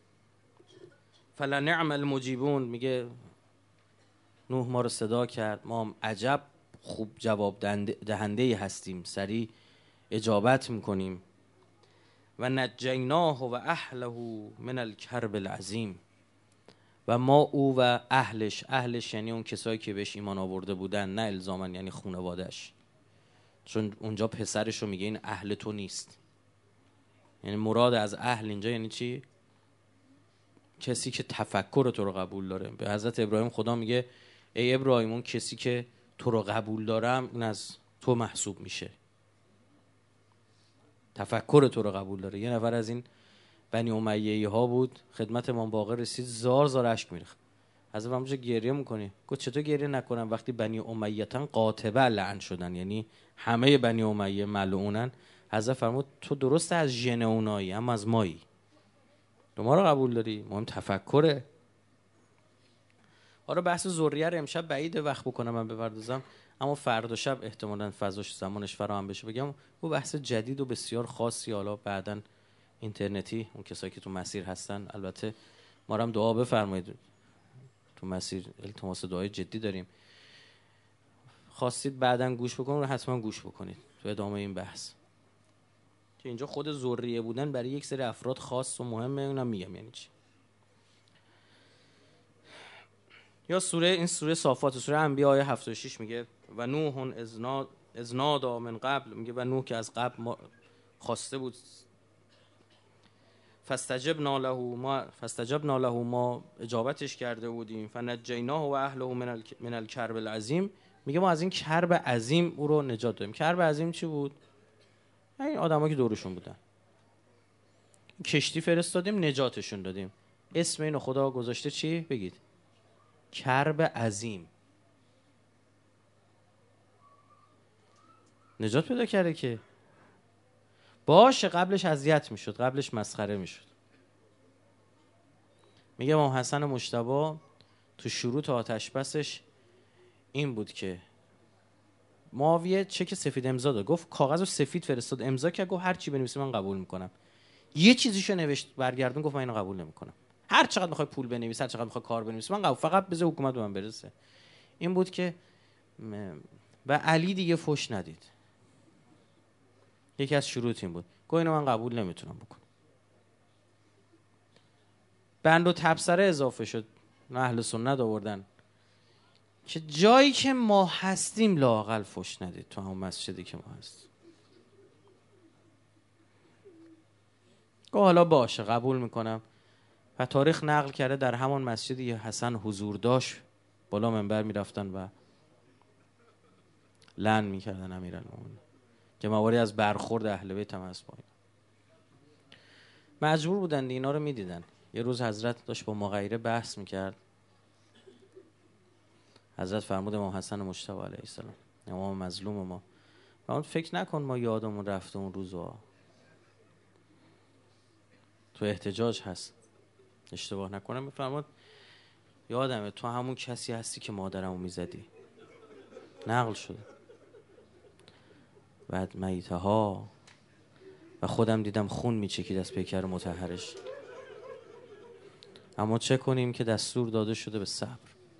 فلنعم المجیبون. میگه نوح ما رو صدا کرد، ما هم عجب خوب جواب دهنده هستیم، سریع اجابت میکنیم. و نجیناه و اهله من الکرب العظیم. و ما او و اهلش، اهلش یعنی اون کسایی که بهش ایمان آورده بودن، نه الزاماً یعنی خانواده‌اش، چون اونجا پسرش رو میگه این اهل تو نیست. یعنی مراد از اهل اینجا یعنی چی؟ کسی که تفکر تو رو قبول داره. به حضرت ابراهیم خدا میگه ای ابراهیم اون کسی که تو رو قبول دارم این از تو محسوب میشه، تفکر تو رو قبول داره. یه نفر از این بنی امیه ها بود، خدمت امام باقر رسید، زار زار اشک میریخت. حضرت فرمود گریه میکنی؟ گفت چطور گریه نکنم وقتی بنی امیتن قاطبه لعن شدن، یعنی همه بنی امیه ملعونن. حضرت فرمود تو درست از ژن اونایی اما از مایی، تو ما رو قبول داری، مهم تفکره. آره بحث ذریه رو امشب بعیده وقت بکنم من بپردازم، اما فردا شب احتمالاً فضاش زمانش فراهم بشه بگم او بحث جدید و بسیار خاصی، حالا بعداً اینترنتی، اون کسایی که تو مسیر هستن البته ما رو هم دعا بفرمایید، تو مسیر التماس دعای جدی داریم، خواستید بعداً گوش بکنید رو حتما گوش بکنید تو ادامه این بحث، که اینجا خود ذریه بودن برای یک سری افراد خاص و مهمه. اونم میگم یعنی چی. یا سوره این سوره صافات، سوره انبیاء آیه هفتاد و شش میگه و نوح اذ نادی من قبل، میگه و نوح که از قبل ما خواسته بود، فاستجبنا له ما فاستجبنا له ما اجابتش کرده بودیم، فنجیناه و اهله من من الکرب العظیم. میگه ما از این کرب عظیم او رو نجات دادیم. کرب عظیم چی بود؟ این آدمایی که دورشون بودن، کشتی فرستادیم نجاتشون دادیم. اسم اینو خدا گذاشته چی؟ بگید. کرب عظیم. نجات پیدا کرده که باشه، قبلش اذیت میشد، قبلش مسخره میشد. میگه امام حسن مجتبی تو شروط آتش بسش این بود که معاویه چک سفید امضا داد، گفت کاغذو سفید فرستاد امضا کرد، گفت هر چی بنویسی من قبول میکنم. یه چیزیشو نوشت برگردون گفت من اینو قبول نمیکنم، هر چقدر میخوای پول بنویس، هر چقدر میخوای کار بنویس من قبول، فقط بذار حکومت به من برسه. این بود که و علی دیگه فوش ندید. یکی از شروط این بود، گفت اینو من قبول نمیتونم بکنم. بند و تبصره اضافه شد، اهل سنت آوردن که جایی که ما هستیم لااقل فوش ندید تو همون مسجدی که ما هستیم. گفت حالا باشه قبول میکنم. و تاریخ نقل کرده در همون مسجدی حسن حضور داشت، بالا منبر میرفتن و لعن میکردن امیرالمومنین، که مواردی از برخورد اهل بیت هم هست. پایین مجبور بودن اینا رو میدیدن. یه روز حضرت داشت با مغیره بحث میکرد، حضرت فرمود امام حسن مجتبی علیه السلام، امام مظلوم ما، فرمود فکر نکن ما یادمون رفته اون روزا، تو احتجاج هست، اشتباه نکنم. میفرمود یادمه تو همون کسی هستی که مادرمو میزدی، نقل شده. بعد میته ها و خودم دیدم خون میچکید از پیکر مطهرش، اما چه کنیم که دستور داده شده به صبر.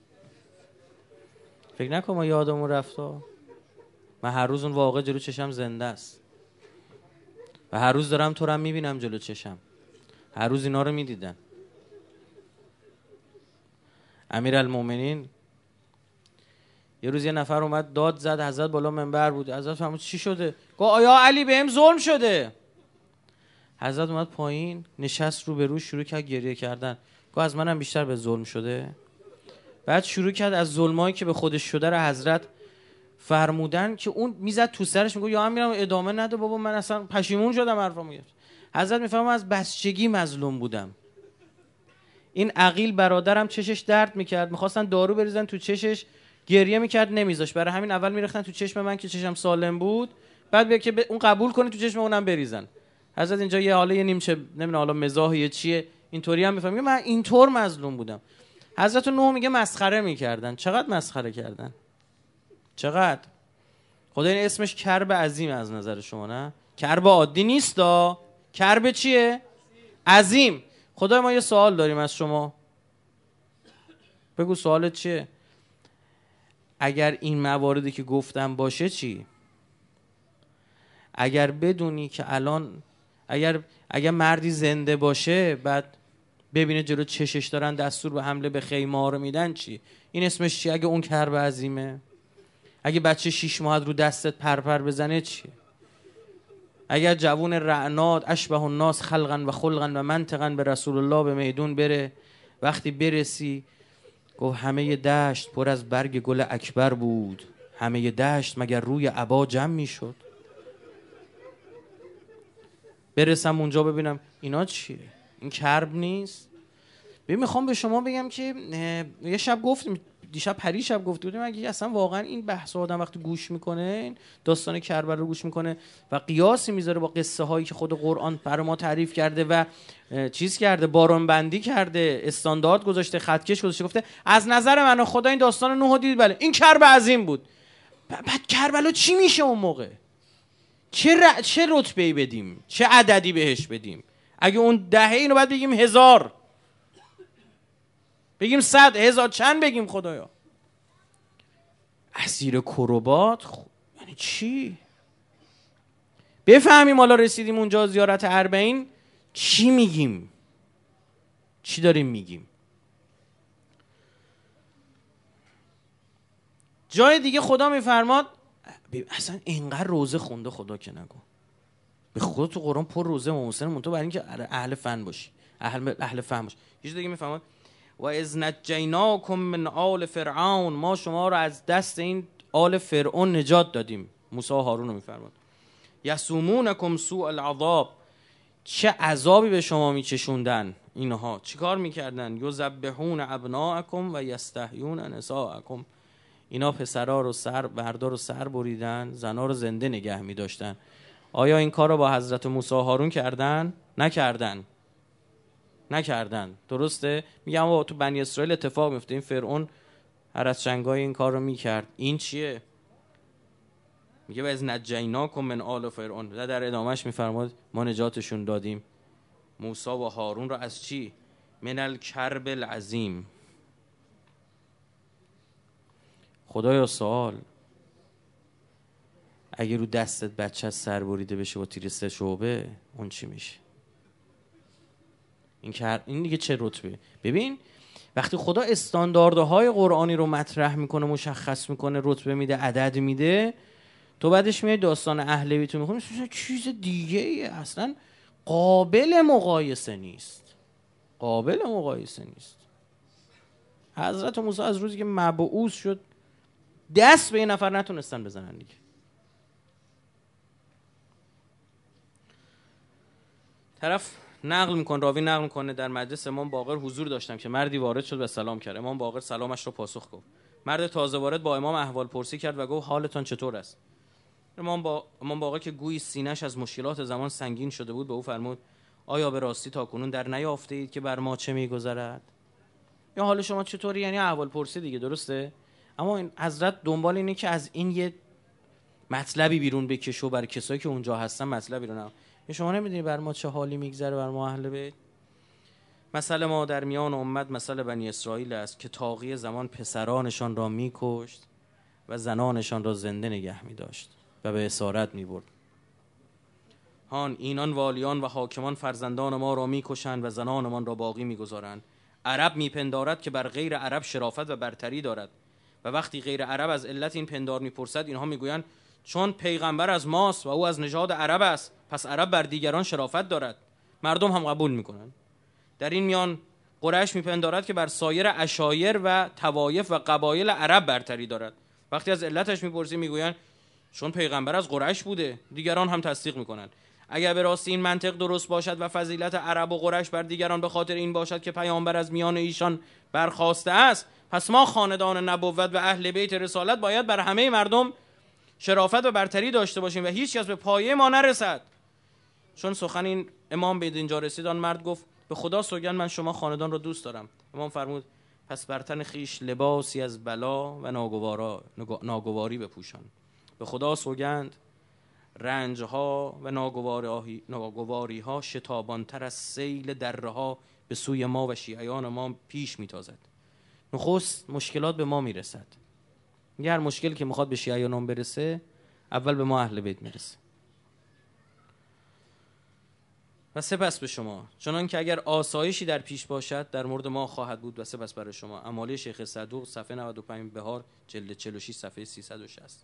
فکر نکن ما یادمون رفته، من هر روز اون واقع جلو چشم زنده است و هر روز دارم تو رو هم میبینم جلو چشم، هر روز اینا رو میدیدن. امیرالمومنین یه روز یه نفر اومد داد زد، حضرت بالا منبر بود، حضرت فرمود چی شده؟ گفت آیا علی بهم ظلم شده. حضرت اومد پایین نشست رو به رو شروع کرد گریه کردن، گفت از منم بیشتر به ظلم شده. بعد شروع کرد از ظلمایی که به خودش شده رو حضرت فرمودن که اون میزد تو سرش میگه یا امیرم ادامه نده بابا من اصلا پشیمون شدم حرفمو گرفت. حضرت میفهمم از بچگی مظلوم بودم. این عقیل برادرم چشش درد میکرد، میخواستن دارو بریزن تو چشش، گریه میکرد نمیذاش، برای همین اول میرختن تو چشم من که چشم سالم بود، بعد بیا که اون قبول کنه تو چشم اونم بریزن. حضرت اینجا یه حاله یه نیمچه نمیدونم حالا مزاح یه چیه اینطوری هم میفهمم من اینطور مظلوم بودم. حضرت نوح میگه مسخره میکردن. چقدر مسخره کردن؟ چقدر؟ خدا این اسمش کرب عظیم از نظر شما نه؟ کرب عادی نیستا. کرب چیه؟ عظیم. خدای ما یه سوال داریم از شما. بگو سوالت چیه؟ اگر این مواردی که گفتم باشه چی؟ اگر بدونی که الان اگر اگر مردی زنده باشه بعد ببینه جلو چشش دارن دستور به حمله به خیمه ها رو میدن چی؟ این اسمش چی؟ اگه اون کرب عظیمه؟ اگه بچه شیش ماه رو دستت پرپر بزنه چی؟ اگر جوون رعناد اشبه الناس خلقا و خلقا و منطقا به رسول الله به میدون بره، وقتی برسی گفت همه دشت پر از برگ گل اکبر بود، همه دشت مگر روی عبا جمع می شد. برسم اونجا ببینم اینا چیه؟ این کرب نیست؟ ببین میخوام به شما بگم که یه شب گفتیم، دیشب پری شب گفته بودیم اگه اصلا واقعا این بحث آدم وقتی گوش میکنه، این داستان کربلا رو گوش میکنه و قیاسی میذاره با قصه هایی که خود قرآن برای ما تعریف کرده و چیز کرده، بارون بندی کرده، استاندارد گذاشته، خطکش گذاشته، گفته از نظر من خدا این داستان نوح دید، بله این کرب عظیم بود. بعد کربلا چی میشه اون موقع؟ چه ر... چه رتبه‌ای بدیم؟ چه عددی بهش بدیم؟ اگه اون دهه اینو بعد بگیم هزار، بگیم صد، هزار، چند بگیم خدایا؟ اسیر کروبات خب یعنی چی؟ بفهمیم حالا رسیدیم اونجا زیارت اربعین چی میگیم؟ چی داریم میگیم؟ جای دیگه خدا میفرماد اصلا اینقدر روزه خونده خدا که نگو، به خدا تو قرآن پر روزه محسن منتو برای اینکه اهل فن باشی، اهل اهل فهم باشی. یه چیز دیگه میفرماد و اذ نجیناکم من آل فرعون، ما شما رو از دست این آل فرعون نجات دادیم. موسی و هارون رو میفرماد یسومونکم سوء العذاب، چه عذابی به شما میچشوندن اینها، چیکار میکردن؟ یذبحون ابناءکم و یستحیون نساءکم، اینا پسرا رو سر بردا رو سر بریدن، زنا رو زنده نگه می‌داشتن. آیا این کار رو با حضرت موسی و هارون کردن؟ نکردن. نکردن. درسته؟ میگم آقا تو بنی اسرائیل اتفاق میفته، این فرعون هر از چنگای این کار رو میکرد. این چیه؟ میگه از نجیناکم من آل فرعون، در ادامهش میفرماد ما نجاتشون دادیم موسی و هارون رو از چی؟ من الکرب العظیم. خدایا سوال، اگه رو دستت بچه سر بریده بشه با تیر سه شعبه اون چی میشه؟ این کر... این دیگه چه رتبه؟ ببین وقتی خدا استانداردهای قرآنی رو مطرح میکنه، مشخص میکنه، رتبه میده، عدد میده، تو بعدش میای داستان اهل بیت رو میخونی چیز دیگه ای اصلا قابل مقایسه نیست. قابل مقایسه نیست. حضرت موسی از روزی که مبعوث شد دست به یه نفر نتونستن بزنن دیگه. طرف نقل میکنه، راوی نقل میکنه در مجلس امام باقر حضور داشتم که مردی وارد شد و سلام کرد. امام باقر سلامش رو پاسخ گفت. مرد تازه وارد با امام احوال پرسی کرد و گفت حالتان چطور است؟ امام با امام باقر که گویی سینه‌اش از مشکلات زمان سنگین شده بود به او فرمود آیا به راستی تاکنون در نیافته اید که بر ما چه میگذرد؟ یا حال شما چطوری؟ یعنی احوال پرسی دیگه، درسته؟ اما این حضرت دنبال اینه که از این یه مطلبی بیرون بکشه و برای کسایی که اونجا هستن مطلبی رو نه. شما نمیدونی بر ما چه حالی میگذره، بر ما اهل بیت؟ مثل ما در میان امت مثل بنی اسرائیل است که طاغی زمان پسرانشان را میکشت و زنانشان را زنده نگه میداشت و به اسارت میبرد. هان اینان والیان و حاکمان فرزندان ما را میکشند و زنانمان را باقی میگذارند. عرب میپندارد که بر غیر عرب شرافت و برتری دارد و وقتی غیر عرب از علت این پندار میپرسد اینها میگویند چون پیغمبر از ماست و او از نژاد عرب است پس عرب بر دیگران شرافت دارد. مردم هم قبول میکنند. در این میان قریش میپندارد که بر سایر عشایر و طوایف و قبایل عرب برتری دارد. وقتی از علتش میپرسی میگویند چون پیغمبر از قریش بوده. دیگران هم تصدیق میکنند. اگر به راستی این منطق درست باشد و فضیلت عرب و قریش بر دیگران به خاطر این باشد که پیامبر از میان ایشان برخاسته است، پس ما خاندان نبوت و اهل بیت رسالت باید بر همه مردم شرافت و برتری داشته باشیم و هیچ کس به پایه ما نرسد. چون سخن این امام به اینجا رسید آن مرد گفت به خدا سوگند من شما خاندان را دوست دارم. امام فرمود پس بر تن خیش لباسی از بلا و ناگوارا ناگواری بپوشان. به خدا سوگند رنجها و ناگواری ناگواری ها شتابانتر از سیل دره ها به سوی ما و شیعیان ما پیش میتازد. نخست مشکلات به ما میرسد. هر مشکل که میخواد به شیعیان برسه اول به ما اهل بیت میرسه. و سپس به شما، چنان که اگر آسایشی در پیش باشد در مورد ما خواهد بود و سپس برای شما. امالی شیخ صدوق صفحه نود و پنج بهار جلد چهل و شش صفحه سیصد و شصت.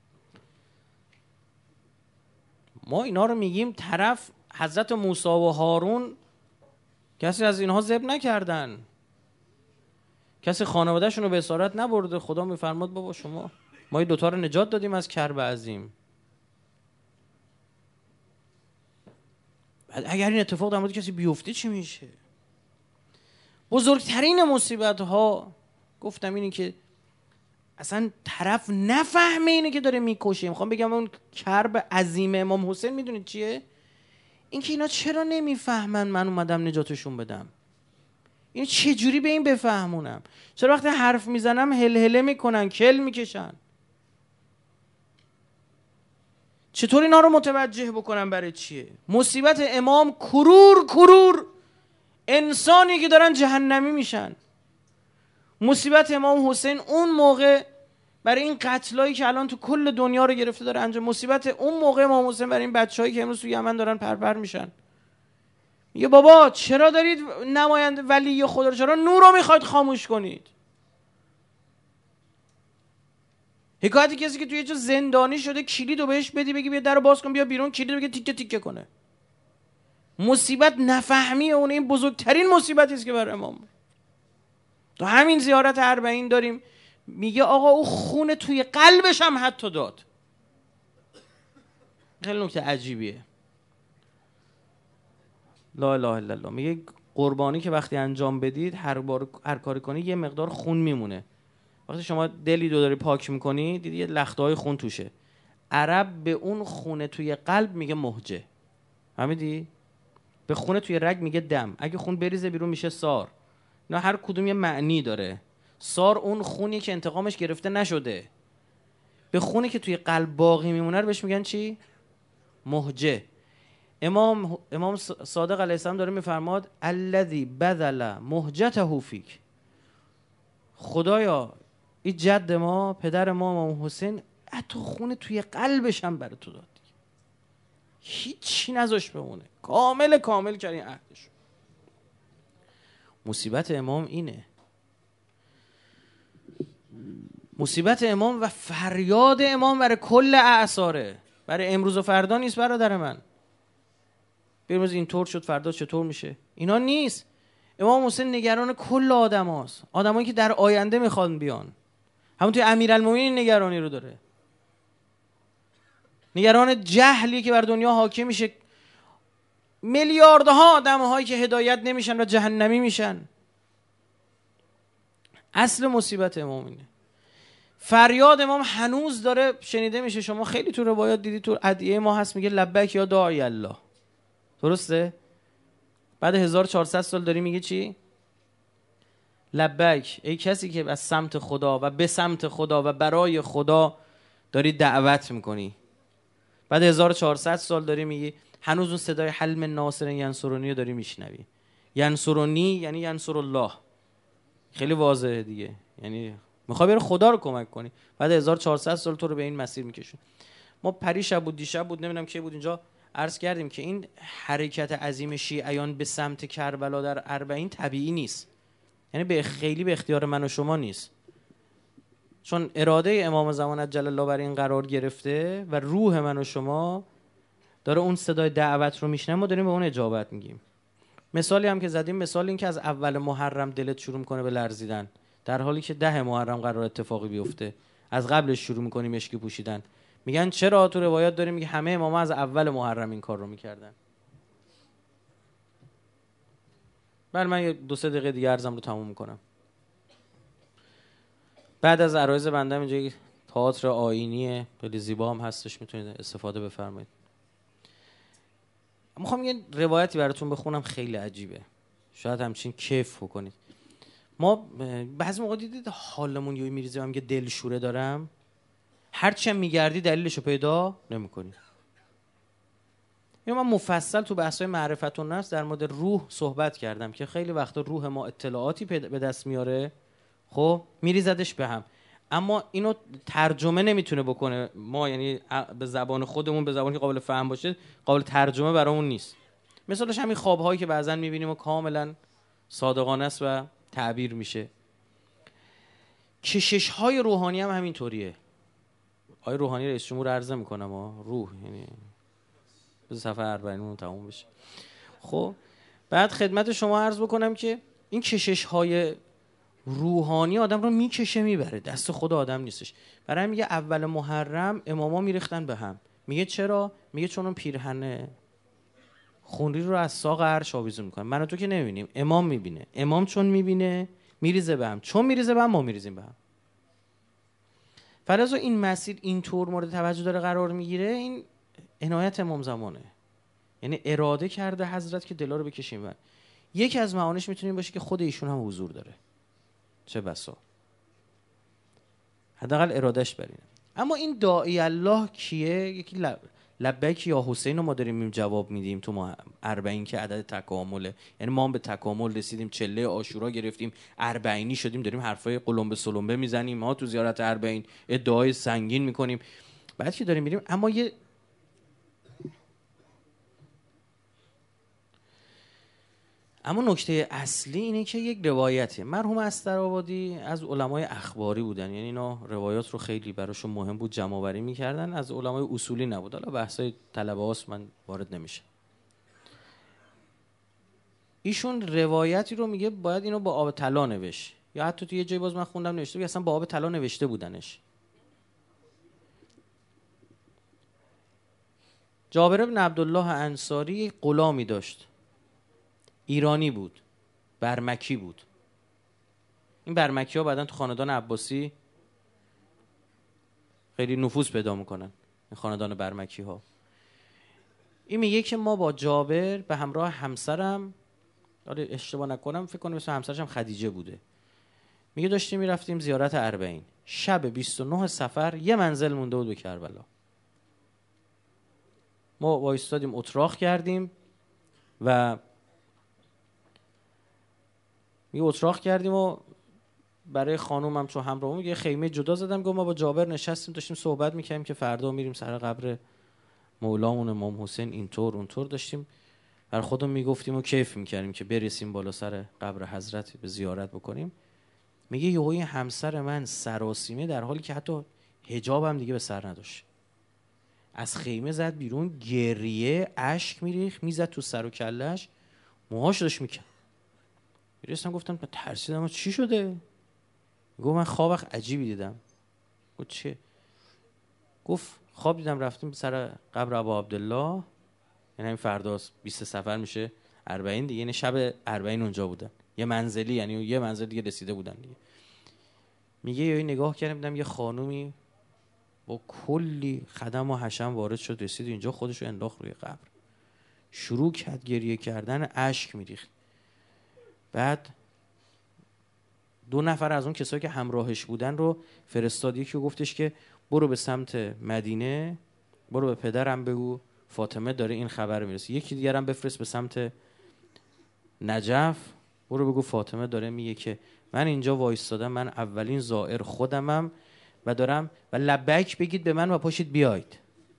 ما اینا رو میگیم، طرف حضرت موسی و هارون کسی از اینها ذبح نکردن، کسی خانواده‌شون رو به اسارت نبرده. خدا میفرماد بابا شما ما این دوتا رو نجات دادیم از کرب عظیم. بعد اگر این اتفاق در مورد کسی بیفته چی میشه؟ بزرگترین مصیبت ها گفتم اینی که اصلا طرف نفهمه اینه که داره میکشه. میخوام بگم اون کرب عظیم امام حسین میدونید چیه؟ این که اینا چرا نمیفهمن من اومدم نجاتشون بدم. این چه جوری به این بفهمونم؟ چرا وقتی حرف میزنم هلهله میکنن، کل میکشن؟ چطور اینا رو متوجه بکنم برای چیه؟ مصیبت امام کرور کرور انسانی که دارن جهنمی میشن. مصیبت امام حسین اون موقع برای این قتلایی که الان تو کل دنیا رو گرفته داره انجام. مصیبت اون موقع امام حسین برای این بچه‌هایی که امروز تو یمن دارن پرپر میشن. میگه بابا چرا دارید نماینده ولی خدا رو، چرا نور رو میخواید خاموش کنید؟ حکایت کسی که توی یه جا زندانی شده کلید رو بهش بدی بگی بیا درو باز کن بیا بیرون، کلید رو بگی تیکه تیکه کنه. مصیبت نفهمی اون این بزرگترین مصیبتی است که بر امام. تو همین زیارت اربعین داریم میگه آقا او خون توی قلبش هم حتی داد. خیلی نکته عجیبیه. لا اله الا الله. میگه قربانی که وقتی انجام بدید هر بار هر کاری کنی یه مقدار خون میمونه. وقتی شما دلی رو داری پاک میکنی دیدی یه لخته‌های خون توشه. عرب به اون خون توی قلب میگه مهجه. فهمیدی؟ به خون توی رگ میگه دم. اگه خون بریزه بیرون میشه سار. نه هر کدوم یه معنی داره. سار اون خونی که انتقامش گرفته نشده. به خونی که توی قلب باقی میمونه رو بهش میگن چی؟ مهجه. امام امام صادق علیه السلام داره میفرماد الذی بذل مهجته فیک. خدایا این جد ما پدر ما امام حسین حتی خون توی قلبش هم برای تو داد. هیچی نذاش بمونه. کامل کامل کردین عهدش. مصیبت امام اینه. مصیبت امام و فریاد امام برای کل اعصاره. برای امروز و فردا نیست برادر من. امروز اینطور شد فردا چطور میشه؟ اینا نیست. امام حسین نگران کل آدم هاست. آدمایی که در آینده میخوان بیان. همون توی امیرالمومنین نگرانی رو داره. نگران جهلی که بر دنیا حاکم میشه. میلیاردها آدم هایی که هدایت نمیشن و جهنمی میشن. اصل مصیبت امام اینه. فریاد امام هنوز داره شنیده میشه. شما خیلی تو روایات دیدی، تو ادعیه ما هست میگه لبیک یا داعی الله. درسته؟ بعد هزار و چهارصد سال داری میگه چی؟ لبیک، ای کسی که از سمت خدا و به سمت خدا و برای خدا داری دعوت میکنی. بعد هزار و چهارصد سال داری میگی هنوز اون صدای حلم ناصر ینصرونی رو داری میشنوی. ینصرونی یعنی ینصر الله. خیلی واضحه دیگه. یعنی میخوای بری خدا رو کمک کنی. بعد هزار و چهارصد سال تو رو به این مسیر میکشون. ما پریشب بود دیشب بود نمیدونم کی بود اینجا عرض کردیم که این حرکت عظیم شیعیان به سمت کربلا در اربعین طبیعی نیست. یعنی به خیلی به اختیار من و شما نیست. چون اراده امام زمان عجل الله بر این قرار گرفته و روح من و شما داره اون صدای دعوت رو میشنه، ما داریم به اون اجابت میگیم. مثالی هم که زدیم، مثال این که از اول محرم دلت شروع میکنه به لرزیدن در حالی که ده محرم قرار اتفاقی بیفته. از قبلش شروع میکنی مشکی پوشیدن. میگن چرا؟ تو روایات داریم میگه همه اماما از اول محرم این کار رو میکردن. بله من یه دو سه دقیقه دیگه عرضم رو تموم میکنم. بعد از عرایض بنده اینجا یک تئاتر آیینی خیلی زیبا هم هستش، میتونید استفاده بفرمایید. میخوام یه روایتی براتون بخونم خیلی عجیبه. شاید همچین کیف بکنید. ما بعضی موقع دیدید حالمون یهو میریزه، هم که دلشوره دارم، هرچی میگردی دلیلشو پیدا نمیکنی. اینو من مفصل تو بحث‌های معرفت النفس در مورد روح صحبت کردم که خیلی وقتا روح ما اطلاعاتی به دست میاره، خب میریزدش به هم، اما اینو ترجمه نمیتونه بکنه. ما یعنی به زبان خودمون، به زبانی که قابل فهم باشه، قابل ترجمه برامون نیست. مثالش همین خواب‌هایی که بعضن میبینیم و کاملا صادقانه است و تعبیر میشه. کشش‌های روحانی هم همینطوریه. آیه روحانی رئیس جمهور عرضه میکنم ها، روح یعنی به صفحه اربعین تموم بشه. خب بعد خدمت شما عرض بکنم که این کشش‌های روحانی آدم رو میکشه میبره، دست خود آدم نیستش. برای میگه اول محرم اماما میریختن به هم. میگه چرا؟ میگه چون اون پیرهن خونری رو از ساق عرش آویزون میکنن. من و تو که نمیبینیم، امام میبینه. امام چون میبینه میریزه به هم، چون میریزه به هم ما میریزیم به هم. فلذا این مسیر اینطور مورد توجه داره قرار میگیره. این عنایت امام زمانه، یعنی اراده کرده حضرت که دلا رو بکشیم. و یکی از معانیش میتونیم باشه که خود ایشون هم حضور داره، چه بسا حداقل ارادش برینه. اما این داعی الله کیه؟ یکی لب... لبیک یا حسین رو ما داریم جواب میدیم تو ما اربعین که عدد تکامله، یعنی ما هم به تکامل رسیدیم، چله عاشورا گرفتیم، اربعینی شدیم، داریم حرفای قلمبه سلمبه میزنیم، ما تو زیارت اربعین ادعای سنگین میکنیم، بعد که داریم میریم. اما یه اما نکته اصلی اینه که یک روایته. مرحوم استرآبادی از علمای اخباری بودن، یعنی اینا روایات رو خیلی براشون مهم بود جمع آوری می‌کردن، از علمای اصولی نبود. حالا بحثای طلبه هاست، من وارد نمیشه. ایشون روایتی رو میگه باید اینو با آب طلا نوشت، یا حتی تو یه جای باز من خوندم نوشته بود اصلا با آب طلا نوشته بودنش. جابر بن عبدالله انصاری غلامی داشت، ایرانی بود، برمکی بود. این برمکی ها بعدن تو خاندان عباسی خیلی نفوذ پیدا میکنن، این خاندان برمکی ها. این میگه که ما با جابر به همراه همسرم، داره اشتباه نکنم فکر کنم اسم همسرش هم خدیجه بوده، میگه داشتیم میرفتیم زیارت اربعین. شب بیست و نه صفر یه منزل مونده بود به کربلا. ما وایستادیم اتراق کردیم و میگه اتراق کردیم و برای خانومم چون همراهمون میگه خیمه جدا زدم، گفت ما با جابر نشستیم داشتیم صحبت میکردیم که فردا میریم سر قبر مولامون امام حسین، اینطور اونطور داشتیم بر خودمون میگفتیم و کیف میکردیم که برسیم بالا سر قبر حضرت به زیارت بکنیم. میگه یهویی همسر من سراسیمه در حالی که حتی حجاب هم دیگه به سر نداشت، از خیمه زد بیرون، گریه، اشک میریخت، میزد تو سر و کلهش، موهاش داشت میکن. میرسیدم گفتم ترسیدم چی شده؟ گفت من خواب عجیبی دیدم. گفت چه؟ گفت خواب دیدم رفتیم سر قبر ابا عبدالله، یعنی همین فرداست بیست صفر میشه اربعین دیگه، یعنی شب اربعین اونجا بودن، یه منزلی، یعنی یه منزل دیگه رسیده بودن دیگه. میگه یه نگاه کردم دیدم یه خانومی با کلی خدم و حشم وارد شد، رسید اینجا، خودشو انداخت روی قبر، شروع کرد گریه کردن، اشک میریخت. بعد دو نفر از اون کسایی که همراهش بودن رو فرستاد، یکی گفتش که برو به سمت مدینه، برو به پدرم بگو فاطمه داره این خبر میرسه. یکی دیگر هم بفرست به سمت نجف، برو بگو فاطمه داره میگه که من اینجا وایستادم، من اولین زائر خودمم و دارم و لبیک بگید به من و پاشید بیاید.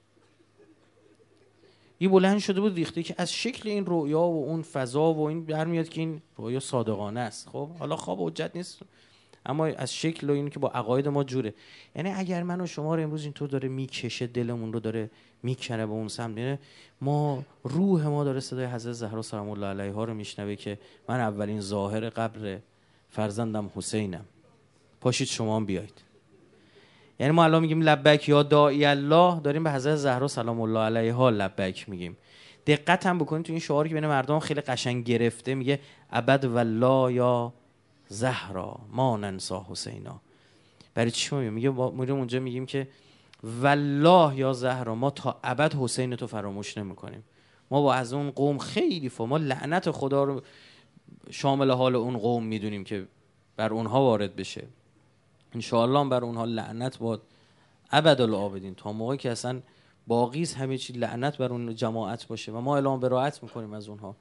این بلند شده بود ریخته که از شکل این رویا و اون فضا و این برمیاد که این رویا صادقانه است. خب حالا خواب حجت نیست، اما از شکل و این که با عقاید ما جوره. یعنی اگر من و شما رو امروز اینطور داره میکشه، دلمون رو داره میکنه به اون سمت، ما روح ما داره صدای حضرت زهرا سلام الله علیها رو میشنوه که من اولین ظاهر قبر فرزندم حسینم، پاشید شما هم بیایید. یعنی ما الان میگیم لبیک یا داعی الله، داریم به حضرت زهرا سلام الله علیها لبیک میگیم. دقت هم بکنید تو این شعاری که بین مردم خیلی قشنگ گرفته، میگه ابد والله یا زهرا ما ننسا حسینا. برای چی میگیم؟ میگه ما میریم اونجا میگیم که والله یا زهرا ما تا ابد حسین تو فراموش نمیکنیم. ما با از اون قوم خیلی فا ما لعنت خدا رو شامل حال اون قوم میدونیم که بر اونها وارد بشه. ان شاء الله بر اونها لعنت باد ابدالآبدین تا موقعی که اصلا باقیز همه چی لعنت بر اون جماعت باشه و ما اعلام براءت میکنیم از اونها.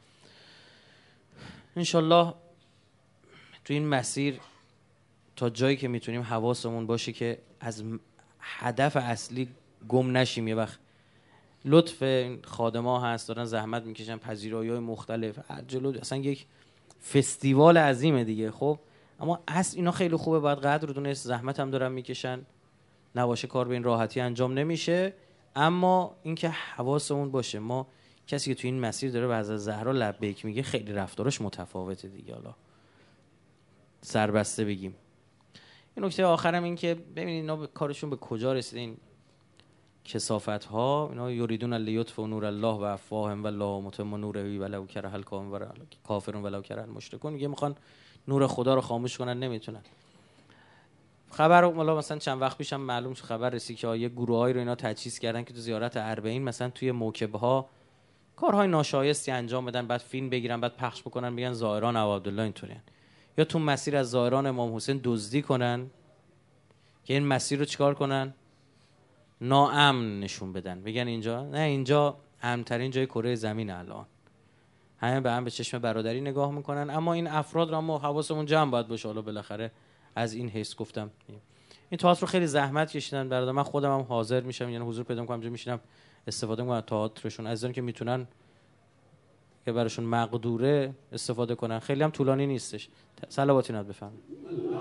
انشالله تو این مسیر تا جایی که میتونیم حواسمون باشه که از هدف اصلی گم نشیم. یه وقت لطف خادما هست دارن زحمت میکشن، پذیرایی‌های مختلف، جلو اصلا یک فستیوال عظیمه دیگه. خب اما اصل اینا خیلی خوبه، باید قدر رو دونست، زحمت هم دارن میکشن، نباشه کار به این راحتی انجام نمیشه. اما اینکه حواسمون باشه ما کسی که تو این مسیر داره به حضرت زهرا لبیک میگه خیلی رفتارش متفاوته دیگه. حالا سربسته بگیم. این نکته آخرم این که ببینید اینا به کارشون به کجا رسیده، این کثافت ها. اینا یریدون لیطفئوا نور الله و افواهم والله متم نوره ولو کره الکافرون ولو کره المشرکون. میگه میخوان نور خدا رو خاموش کنن، نمیتونن. خبر والا مثلا چند وقت پیشم معلوم شد، خبر رسید که یه گروهایی رو اینا تجهیز کردن که تو زیارت اربعین مثلا توی موکب‌ها کارهای ناشایستی انجام بدن، بعد فیلم بگیرن، بعد پخش بکنن، بگن زائران ابو عبدالله اینطورین. یا تو مسیر از زائران امام حسین دزدی کنن که این مسیر رو چیکار کنن؟ ناامن نشون بدن، بگن اینجا نه، اینجا امن‌ترین جای کره زمین الان. همه به هم به چشم برادری نگاه میکنن. اما این افراد رو ما حواسمون جمع باید باشه. حالا بالاخره از این حیث گفتم این تئاتر رو خیلی زحمت کشیدن برادر. من خودم هم حاضر میشم، یعنی حضور پیدا میکنم، جا میشینم استفاده میکنم از تئاترشون، از اینکه میتونن که براشون مقدوره استفاده کنن. خیلی هم طولانی نیستش. صلواتی نات بفرمایید.